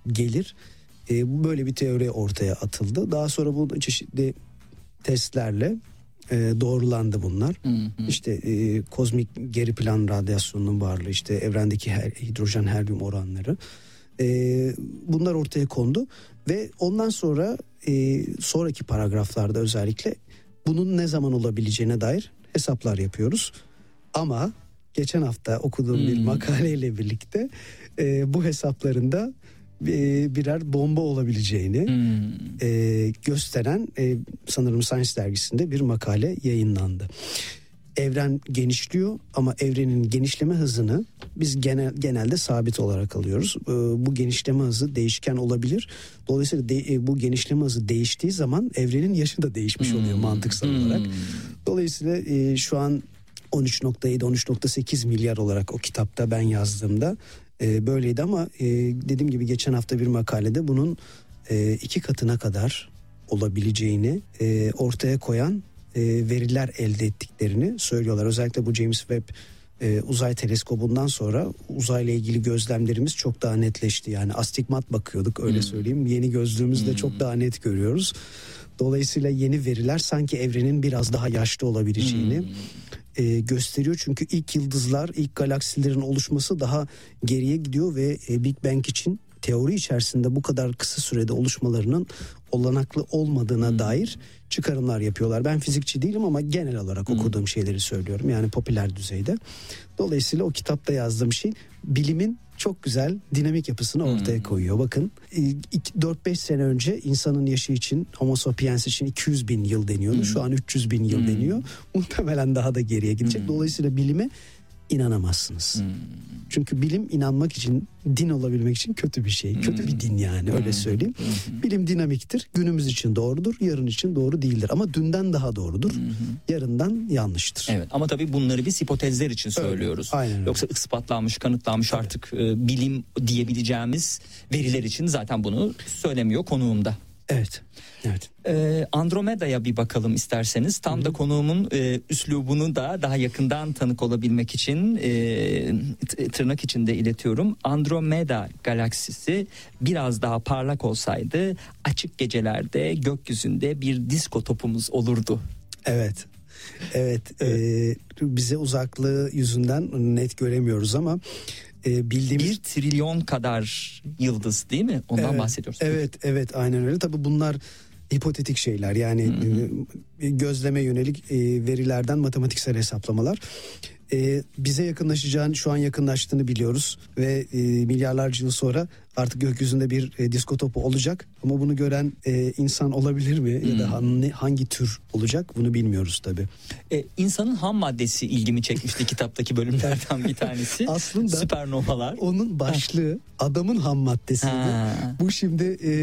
Speaker 3: gelir. E, böyle bir teori ortaya atıldı. Daha sonra bu çeşitli testlerle e, doğrulandı bunlar. Hı hı. İşte e, kozmik geri plan radyasyonunun varlığı, işte evrendeki her, hidrojen helyum oranları. E, bunlar ortaya kondu ve ondan sonra e, sonraki paragraflarda özellikle bunun ne zaman olabileceğine dair hesaplar yapıyoruz. Ama geçen hafta okuduğum hmm. bir makaleyle birlikte e, bu hesaplarında e, birer bomba olabileceğini hmm. e, gösteren e, sanırım Science dergisinde bir makale yayınlandı. Evren genişliyor ama evrenin genişleme hızını biz genel, genelde sabit olarak alıyoruz. E, bu genişleme hızı değişken olabilir. Dolayısıyla de, e, bu genişleme hızı değiştiği zaman evrenin yaşı da değişmiş oluyor hmm. mantıksal hmm. olarak. Dolayısıyla e, şu an on üç nokta yedi on üç nokta sekiz milyar olarak o kitapta ben yazdığımda e, böyleydi ama e, dediğim gibi geçen hafta bir makalede bunun e, iki katına kadar olabileceğini e, ortaya koyan e, veriler elde ettiklerini söylüyorlar. Özellikle bu James Webb e, uzay teleskobundan sonra uzayla ilgili gözlemlerimiz çok daha netleşti. Yani astigmat bakıyorduk, öyle hmm. söyleyeyim. Yeni gözlüğümüzle hmm. çok daha net görüyoruz. Dolayısıyla yeni veriler sanki evrenin biraz daha yaşlı olabileceğini hmm. e, gösteriyor. Çünkü ilk yıldızlar, ilk galaksilerin oluşması daha geriye gidiyor ve e, Big Bang için teori içerisinde bu kadar kısa sürede oluşmalarının olanaklı olmadığına hmm. dair çıkarımlar yapıyorlar. Ben fizikçi değilim ama genel olarak hmm. okuduğum şeyleri söylüyorum. Yani popüler düzeyde. Dolayısıyla o kitapta yazdığım şey bilimin çok güzel dinamik yapısını ortaya hmm. koyuyor. Bakın dört beş sene önce insanın yaşı için, Homo sapiens için iki yüz bin yıl deniyordu. Hmm. Şu an üç yüz bin yıl hmm. deniyor. Muhtemelen daha da geriye gidecek. Hmm. Dolayısıyla bilime inanamazsınız. Hmm. Çünkü bilim inanmak için, din olabilmek için kötü bir şey. Hmm. Kötü bir din yani, öyle söyleyeyim. Hmm. Bilim dinamiktir. Günümüz için doğrudur, yarın için doğru değildir. Ama dünden daha doğrudur. Hmm. Yarından yanlıştır.
Speaker 2: Evet, ama tabii bunları biz hipotezler için söylüyoruz. Öyle. Aynen öyle. Yoksa ispatlanmış, kanıtlanmış tabii. artık e, bilim diyebileceğimiz veriler için zaten bunu söylemiyor konuğumda.
Speaker 3: Evet. Evet.
Speaker 2: Ee, Andromeda'ya bir bakalım isterseniz. Tam Hı-hı. da konuğumun e, üslubunu da daha yakından tanık olabilmek için e, t- tırnak içinde iletiyorum. Andromeda galaksisi biraz daha parlak olsaydı açık gecelerde gökyüzünde bir disko topumuz olurdu.
Speaker 3: Evet. Evet. evet. E, bize uzaklığı yüzünden net göremiyoruz ama E, bildiğimiz
Speaker 2: bir trilyon kadar yıldız değil mi? Ondan
Speaker 3: evet,
Speaker 2: bahsediyoruz.
Speaker 3: Evet, evet, aynen öyle. Tabii bunlar hipotetik şeyler. Yani hı hı. gözleme yönelik verilerden matematiksel hesaplamalar. Ee, bize yakınlaşacağını, şu an yakınlaştığını biliyoruz ve e, milyarlarca yıl sonra artık gökyüzünde bir e, disko topu olacak. Ama bunu gören e, insan olabilir mi? Hmm. Ya da hangi, hangi tür olacak, bunu bilmiyoruz tabii.
Speaker 2: Ee, insanın ham maddesi ilgimi çekmişti kitaptaki bölümlerden bir tanesi.
Speaker 3: Aslında
Speaker 2: süpernovalar.
Speaker 3: Onun başlığı adamın ham maddesiydi. Ha. Bu şimdi e,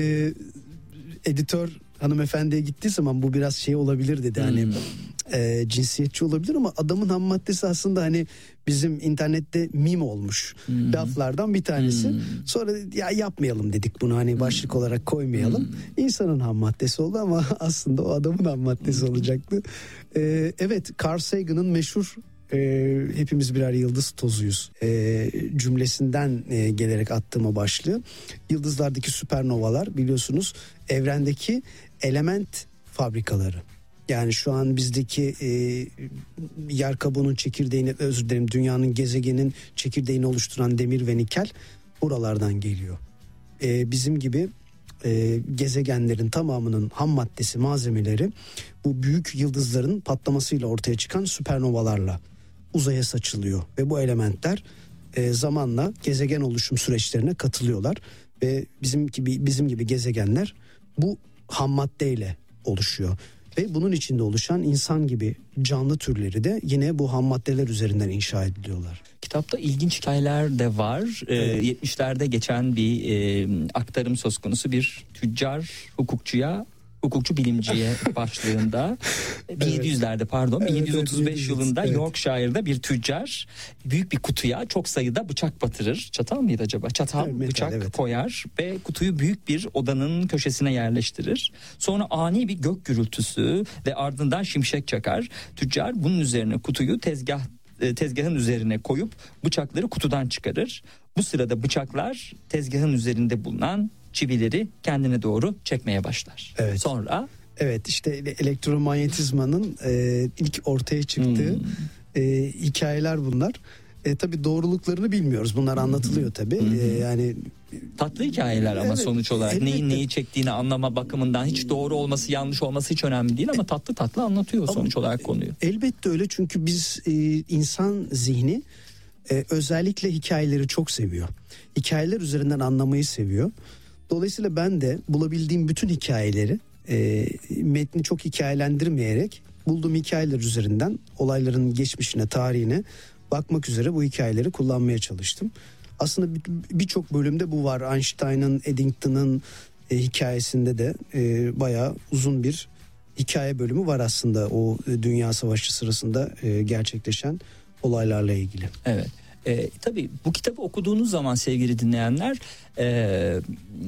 Speaker 3: editör hanımefendiye gittiği zaman bu biraz şey olabilir dedi. Hmm. Hani e, cinsiyetçi olabilir ama adamın ham maddesi aslında hani bizim internette meme olmuş hmm. laflardan bir tanesi. Hmm. Sonra ya yapmayalım dedik bunu, hani başlık hmm. olarak koymayalım. Hmm. İnsanın ham maddesi oldu ama aslında o adamın ham maddesi hmm. olacaktı. E, evet, Carl Sagan'ın meşhur e, hepimiz birer yıldız tozuyuz e, cümlesinden e, gelerek attığım o başlığı. Yıldızlardaki süpernovalar biliyorsunuz evrendeki element fabrikaları. Yani şu an bizdeki e, yer kabuğunun çekirdeğini, özür dilerim, dünyanın gezegenin çekirdeğini oluşturan demir ve nikel buralardan geliyor. E, bizim gibi e, gezegenlerin tamamının ham maddesi, malzemeleri bu büyük yıldızların patlamasıyla ortaya çıkan süpernovalarla uzaya saçılıyor. Ve bu elementler e, zamanla gezegen oluşum süreçlerine katılıyorlar. Ve bizim gibi, bizim gibi gezegenler bu ham maddeyle oluşuyor. Ve bunun içinde oluşan insan gibi canlı türleri de yine bu ham maddeler üzerinden inşa ediliyorlar.
Speaker 2: Kitapta ilginç hikayeler de var. Evet. Ee, yetmişlerde geçen bir e, aktarım söz konusu, bir tüccar hukukçuya, hukukçu bilimciye başlığında bin yedi yüzlerde pardon evet, bin yedi yüz otuz beş evet, yılında evet. Yorkshire'da bir tüccar büyük bir kutuya çok sayıda bıçak batırır. Çatal mıydı acaba? Çatal, evet, metal, bıçak evet. koyar ve kutuyu büyük bir odanın köşesine yerleştirir. Sonra ani bir gök gürültüsü ve ardından şimşek çakar. Tüccar bunun üzerine kutuyu tezgah e, tezgahın üzerine koyup bıçakları kutudan çıkarır. Bu sırada bıçaklar tezgahın üzerinde bulunan çivileri kendine doğru çekmeye başlar.
Speaker 3: Evet.
Speaker 2: Sonra
Speaker 3: evet işte elektromanyetizmanın e, ilk ortaya çıktığı hmm. e, hikayeler bunlar. E, tabii doğruluklarını bilmiyoruz. Bunlar anlatılıyor tabii. E, yani
Speaker 2: tatlı hikayeler ama evet, sonuç olarak elbette. Neyin neyi çektiğini anlama bakımından hiç doğru olması yanlış olması hiç önemli değil ama tatlı tatlı anlatıyor ama sonuç olarak konuyu.
Speaker 3: Elbette öyle, çünkü biz e, insan zihni e, özellikle hikayeleri çok seviyor. Hikayeler üzerinden anlamayı seviyor. Dolayısıyla ben de bulabildiğim bütün hikayeleri e, metni çok hikayelendirmeyerek bulduğum hikayeler üzerinden olayların geçmişine, tarihine bakmak üzere bu hikayeleri kullanmaya çalıştım. Aslında birçok bölümde bu var. Einstein'ın, Eddington'ın e, hikayesinde de e, bayağı uzun bir hikaye bölümü var aslında o e, Dünya Savaşı sırasında e, gerçekleşen olaylarla ilgili.
Speaker 2: Evet. E, tabii bu kitabı okuduğunuz zaman sevgili dinleyenler e,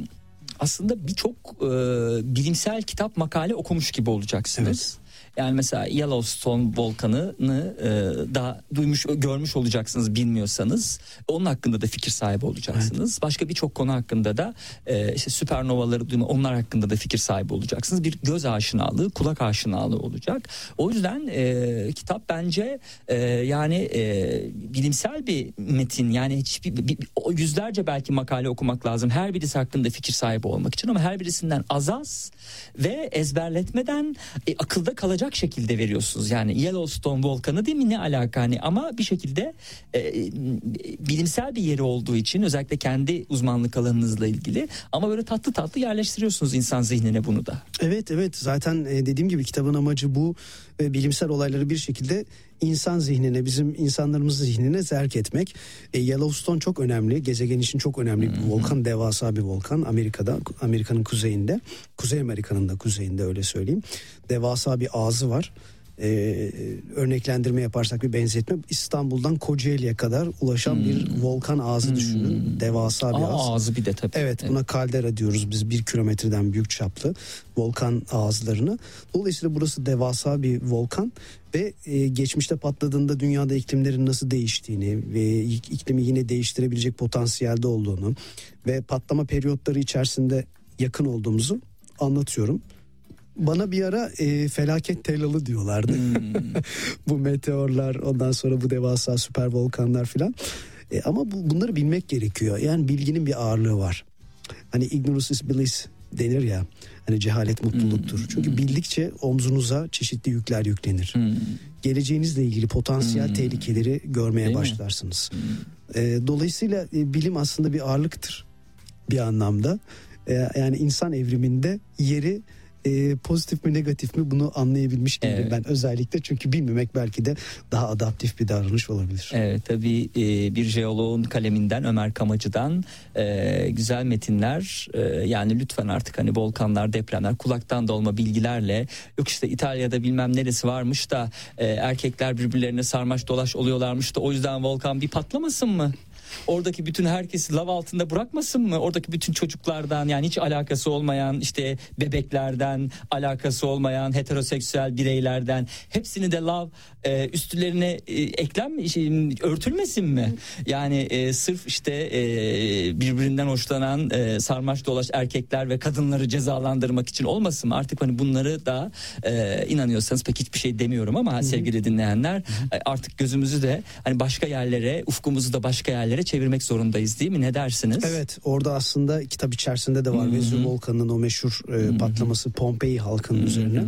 Speaker 2: aslında birçok e, bilimsel kitap, makale okumuş gibi olacaksınız. Evet. Yani mesela Yellowstone volkanını e, da duymuş, görmüş olacaksınız bilmiyorsanız. Onun hakkında da fikir sahibi olacaksınız. Evet. Başka birçok konu hakkında da e, işte süpernovaları duyma, onlar hakkında da fikir sahibi olacaksınız. Bir göz aşinalığı, kulak aşinalığı olacak. O yüzden e, kitap bence e, yani e, bilimsel bir metin. Yani hiçbir bir, o yüzlerce belki makale okumak lazım. Her birisi hakkında fikir sahibi olmak için, ama her birisinden az az ve ezberletmeden e, akılda kalacak şekilde veriyorsunuz. Yani Yellowstone volkanı değil mi, ne alaka hani, ama bir şekilde e, bilimsel bir yeri olduğu için, özellikle kendi uzmanlık alanınızla ilgili, ama böyle tatlı tatlı yerleştiriyorsunuz insan zihnine bunu da.
Speaker 3: Evet evet, zaten dediğim gibi kitabın amacı bu ve bilimsel olayları bir şekilde insan zihnine, bizim insanlarımızın zihnine zerk etmek. E, Yellowstone çok önemli, gezegen için çok önemli bir hmm. volkan, devasa bir volkan. Amerika'da, Amerika'nın kuzeyinde, Kuzey Amerika'nın da kuzeyinde, öyle söyleyeyim. Devasa bir ağzı var. Ee, örneklendirme yaparsak, bir benzetme, İstanbul'dan Kocaeli'ye kadar ulaşan hmm. bir volkan ağzı hmm. düşünün. Devasa bir Aa, ağız.
Speaker 2: Ağzı bir de tabii.
Speaker 3: Evet, buna evet. kaldera diyoruz biz, bir kilometreden büyük çaplı volkan ağızlarını. Dolayısıyla burası devasa bir volkan ve e, geçmişte patladığında dünyada iklimlerin nasıl değiştiğini ve iklimi yine değiştirebilecek potansiyelde olduğunu ve patlama periyotları içerisinde yakın olduğumuzu anlatıyorum. Bana bir ara e, felaket tellalı diyorlardı. Hmm. Bu meteorlar, ondan sonra bu devasa süper volkanlar filan. E, ama bu, bunları bilmek gerekiyor. Yani bilginin bir ağırlığı var. Hani ignorance is bliss denir ya. Hani cehalet mutluluktur. Hmm. Çünkü bildikçe omzunuza çeşitli yükler yüklenir. Hmm. Geleceğinizle ilgili potansiyel hmm. tehlikeleri görmeye Değil başlarsınız. Hmm. E, dolayısıyla e, bilim aslında bir ağırlıktır bir anlamda. E, yani insan evriminde yeri E, pozitif mi negatif mi bunu anlayabilmiş değilim evet. ben özellikle, çünkü bilmemek belki de daha adaptif bir davranış olabilir.
Speaker 2: Evet tabii, e, bir jeoloğun kaleminden, Ömer Kamacı'dan e, güzel metinler, e, yani lütfen artık hani volkanlar, depremler, kulaktan dolma bilgilerle, yok işte İtalya'da bilmem neresi varmış da e, erkekler birbirlerine sarmaş dolaş oluyorlarmış da o yüzden volkan bir patlamasın mı? Oradaki bütün herkesi lav altında bırakmasın mı? Oradaki bütün çocuklardan, yani hiç alakası olmayan, işte bebeklerden, alakası olmayan heteroseksüel bireylerden hepsini de lav e, üstlerine e, eklem şey, örtülmesin mi? Yani e, sırf işte e, birbirinden hoşlanan e, sarmaş dolaş erkekler ve kadınları cezalandırmak için olmasın mı? Artık hani bunları da e, inanıyorsanız pek hiçbir şey demiyorum ama Hı-hı. sevgili dinleyenler, Hı-hı. artık gözümüzü de hani başka yerlere, ufkumuzu da başka yerlere çevirmek zorundayız değil mi? Ne dersiniz?
Speaker 3: Evet, orada aslında kitap içerisinde de var. Hmm. Vezüv volkanının o meşhur e, hmm. patlaması, Pompei halkının hmm. üzerine.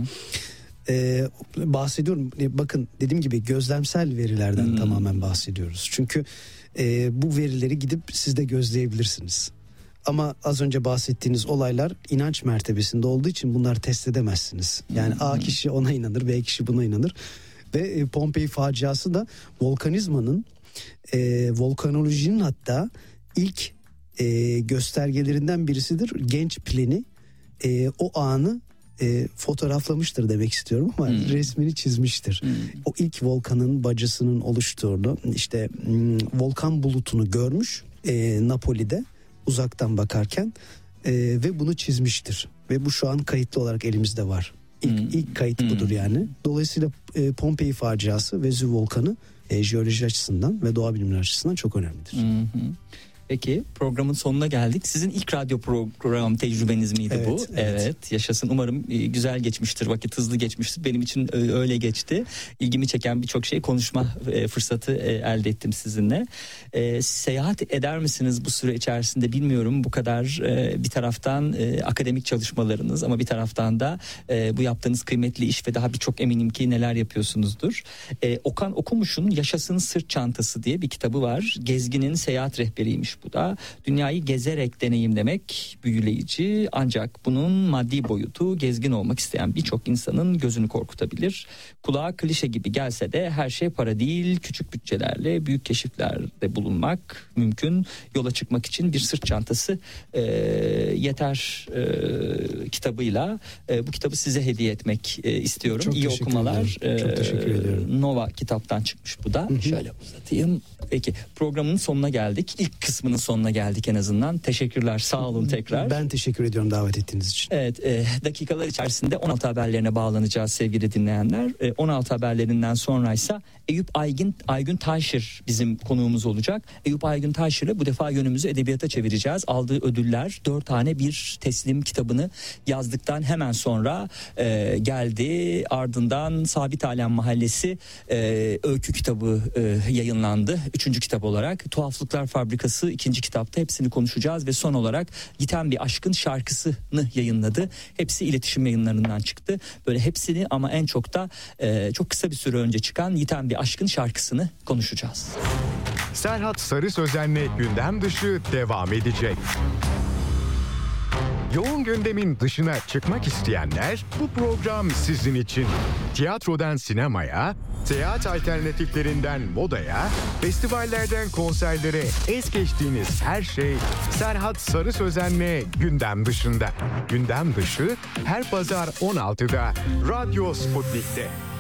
Speaker 3: E, bahsediyorum. E, bakın dediğim gibi gözlemsel verilerden hmm. tamamen bahsediyoruz. Çünkü e, bu verileri gidip siz de gözleyebilirsiniz. Ama az önce bahsettiğiniz olaylar inanç mertebesinde olduğu için bunları test edemezsiniz. Yani hmm. A kişi ona inanır, B kişi buna inanır. Ve e, Pompei faciası da volkanizmanın, E, volkanolojinin hatta ilk e, göstergelerinden birisidir. Genç Pliny e, o anı e, fotoğraflamıştır demek istiyorum ama hmm. resmini çizmiştir. Hmm. O ilk volkanın bacasının oluştuğunu, işte m, volkan bulutunu görmüş e, Napoli'de uzaktan bakarken e, ve bunu çizmiştir. Ve bu şu an kayıtlı olarak elimizde var. İlk, hmm. ilk kayıt budur yani. Dolayısıyla e, Pompei faciası, Vezüv volkanı e, jeoloji açısından ve doğa bilimleri açısından çok önemlidir.
Speaker 2: Hı hı. Peki, programın sonuna geldik. Sizin ilk radyo program tecrübeniz miydi
Speaker 3: evet,
Speaker 2: bu?
Speaker 3: Evet.
Speaker 2: evet. Yaşasın. Umarım güzel geçmiştir. Vakit hızlı geçmiştir. Benim için öyle geçti. İlgimi çeken birçok şey konuşma fırsatı elde ettim sizinle. Seyahat eder misiniz bu süre içerisinde bilmiyorum. Bu kadar bir taraftan akademik çalışmalarınız ama bir taraftan da bu yaptığınız kıymetli iş ve daha birçok eminim ki neler yapıyorsunuzdur. Okan Okumuş'un Yaşasın Sırt Çantası diye bir kitabı var. Gezginin seyahat rehberiymiş bu da. Dünyayı gezerek deneyimlemek büyüleyici, ancak bunun maddi boyutu gezgin olmak isteyen birçok insanın gözünü korkutabilir. Kulağa klişe gibi gelse de her şey para değil, küçük bütçelerle büyük keşiflerde bulunmak mümkün. Yola çıkmak için bir sırt çantası e, yeter e, kitabıyla e, bu kitabı size hediye etmek e, istiyorum.
Speaker 3: Çok
Speaker 2: İyi
Speaker 3: teşekkür
Speaker 2: okumalar.
Speaker 3: ederim. Çok teşekkür ediyorum.
Speaker 2: Nova kitaptan çıkmış bu da.
Speaker 3: Hı hı.
Speaker 2: Şöyle uzatayım. Peki, programın sonuna geldik. İlk kısmının sonuna geldik en azından. Teşekkürler, sağ olun tekrar.
Speaker 3: Ben teşekkür ediyorum davet ettiğiniz için.
Speaker 2: Evet, e, dakikalar içerisinde on altı haberlerine bağlanacağız sevgili dinleyenler. E, on altı haberlerinden sonraysa Eyüp Aygün, Aygün Tayşır bizim konuğumuz olacak. Eyüp Aygün Tayşır'la bu defa yönümüzü edebiyata çevireceğiz. Aldığı ödüller dört tane bir teslim kitabını yazdıktan hemen sonra e, geldi. Ardından Sabit Alem Mahallesi e, öykü kitabı e, yayınlandı. Üçüncü kitap olarak. Tuhaflıklar Fabrikası ikinci kitapta, hepsini konuşacağız ve son olarak Giten Bir Aşkın şarkısını yayınladı. Hepsi iletişim yayınlarından çıktı. Böyle hepsini ama en çok da e, çok kısa bir süre önce çıkan Giten Bir Aşkın şarkısını konuşacağız.
Speaker 1: Serhat Sarı Sözen'le gündem dışı devam edecek. Yoğun gündemin dışına çıkmak isteyenler, bu program sizin için. Tiyatrodan sinemaya, seyahat alternatiflerinden modaya, festivallerden konserlere es geçtiğiniz her şey Serhat Sarı Sözen'le gündem dışında. Gündem dışı her pazar on altıda Radyo Sputnik'te.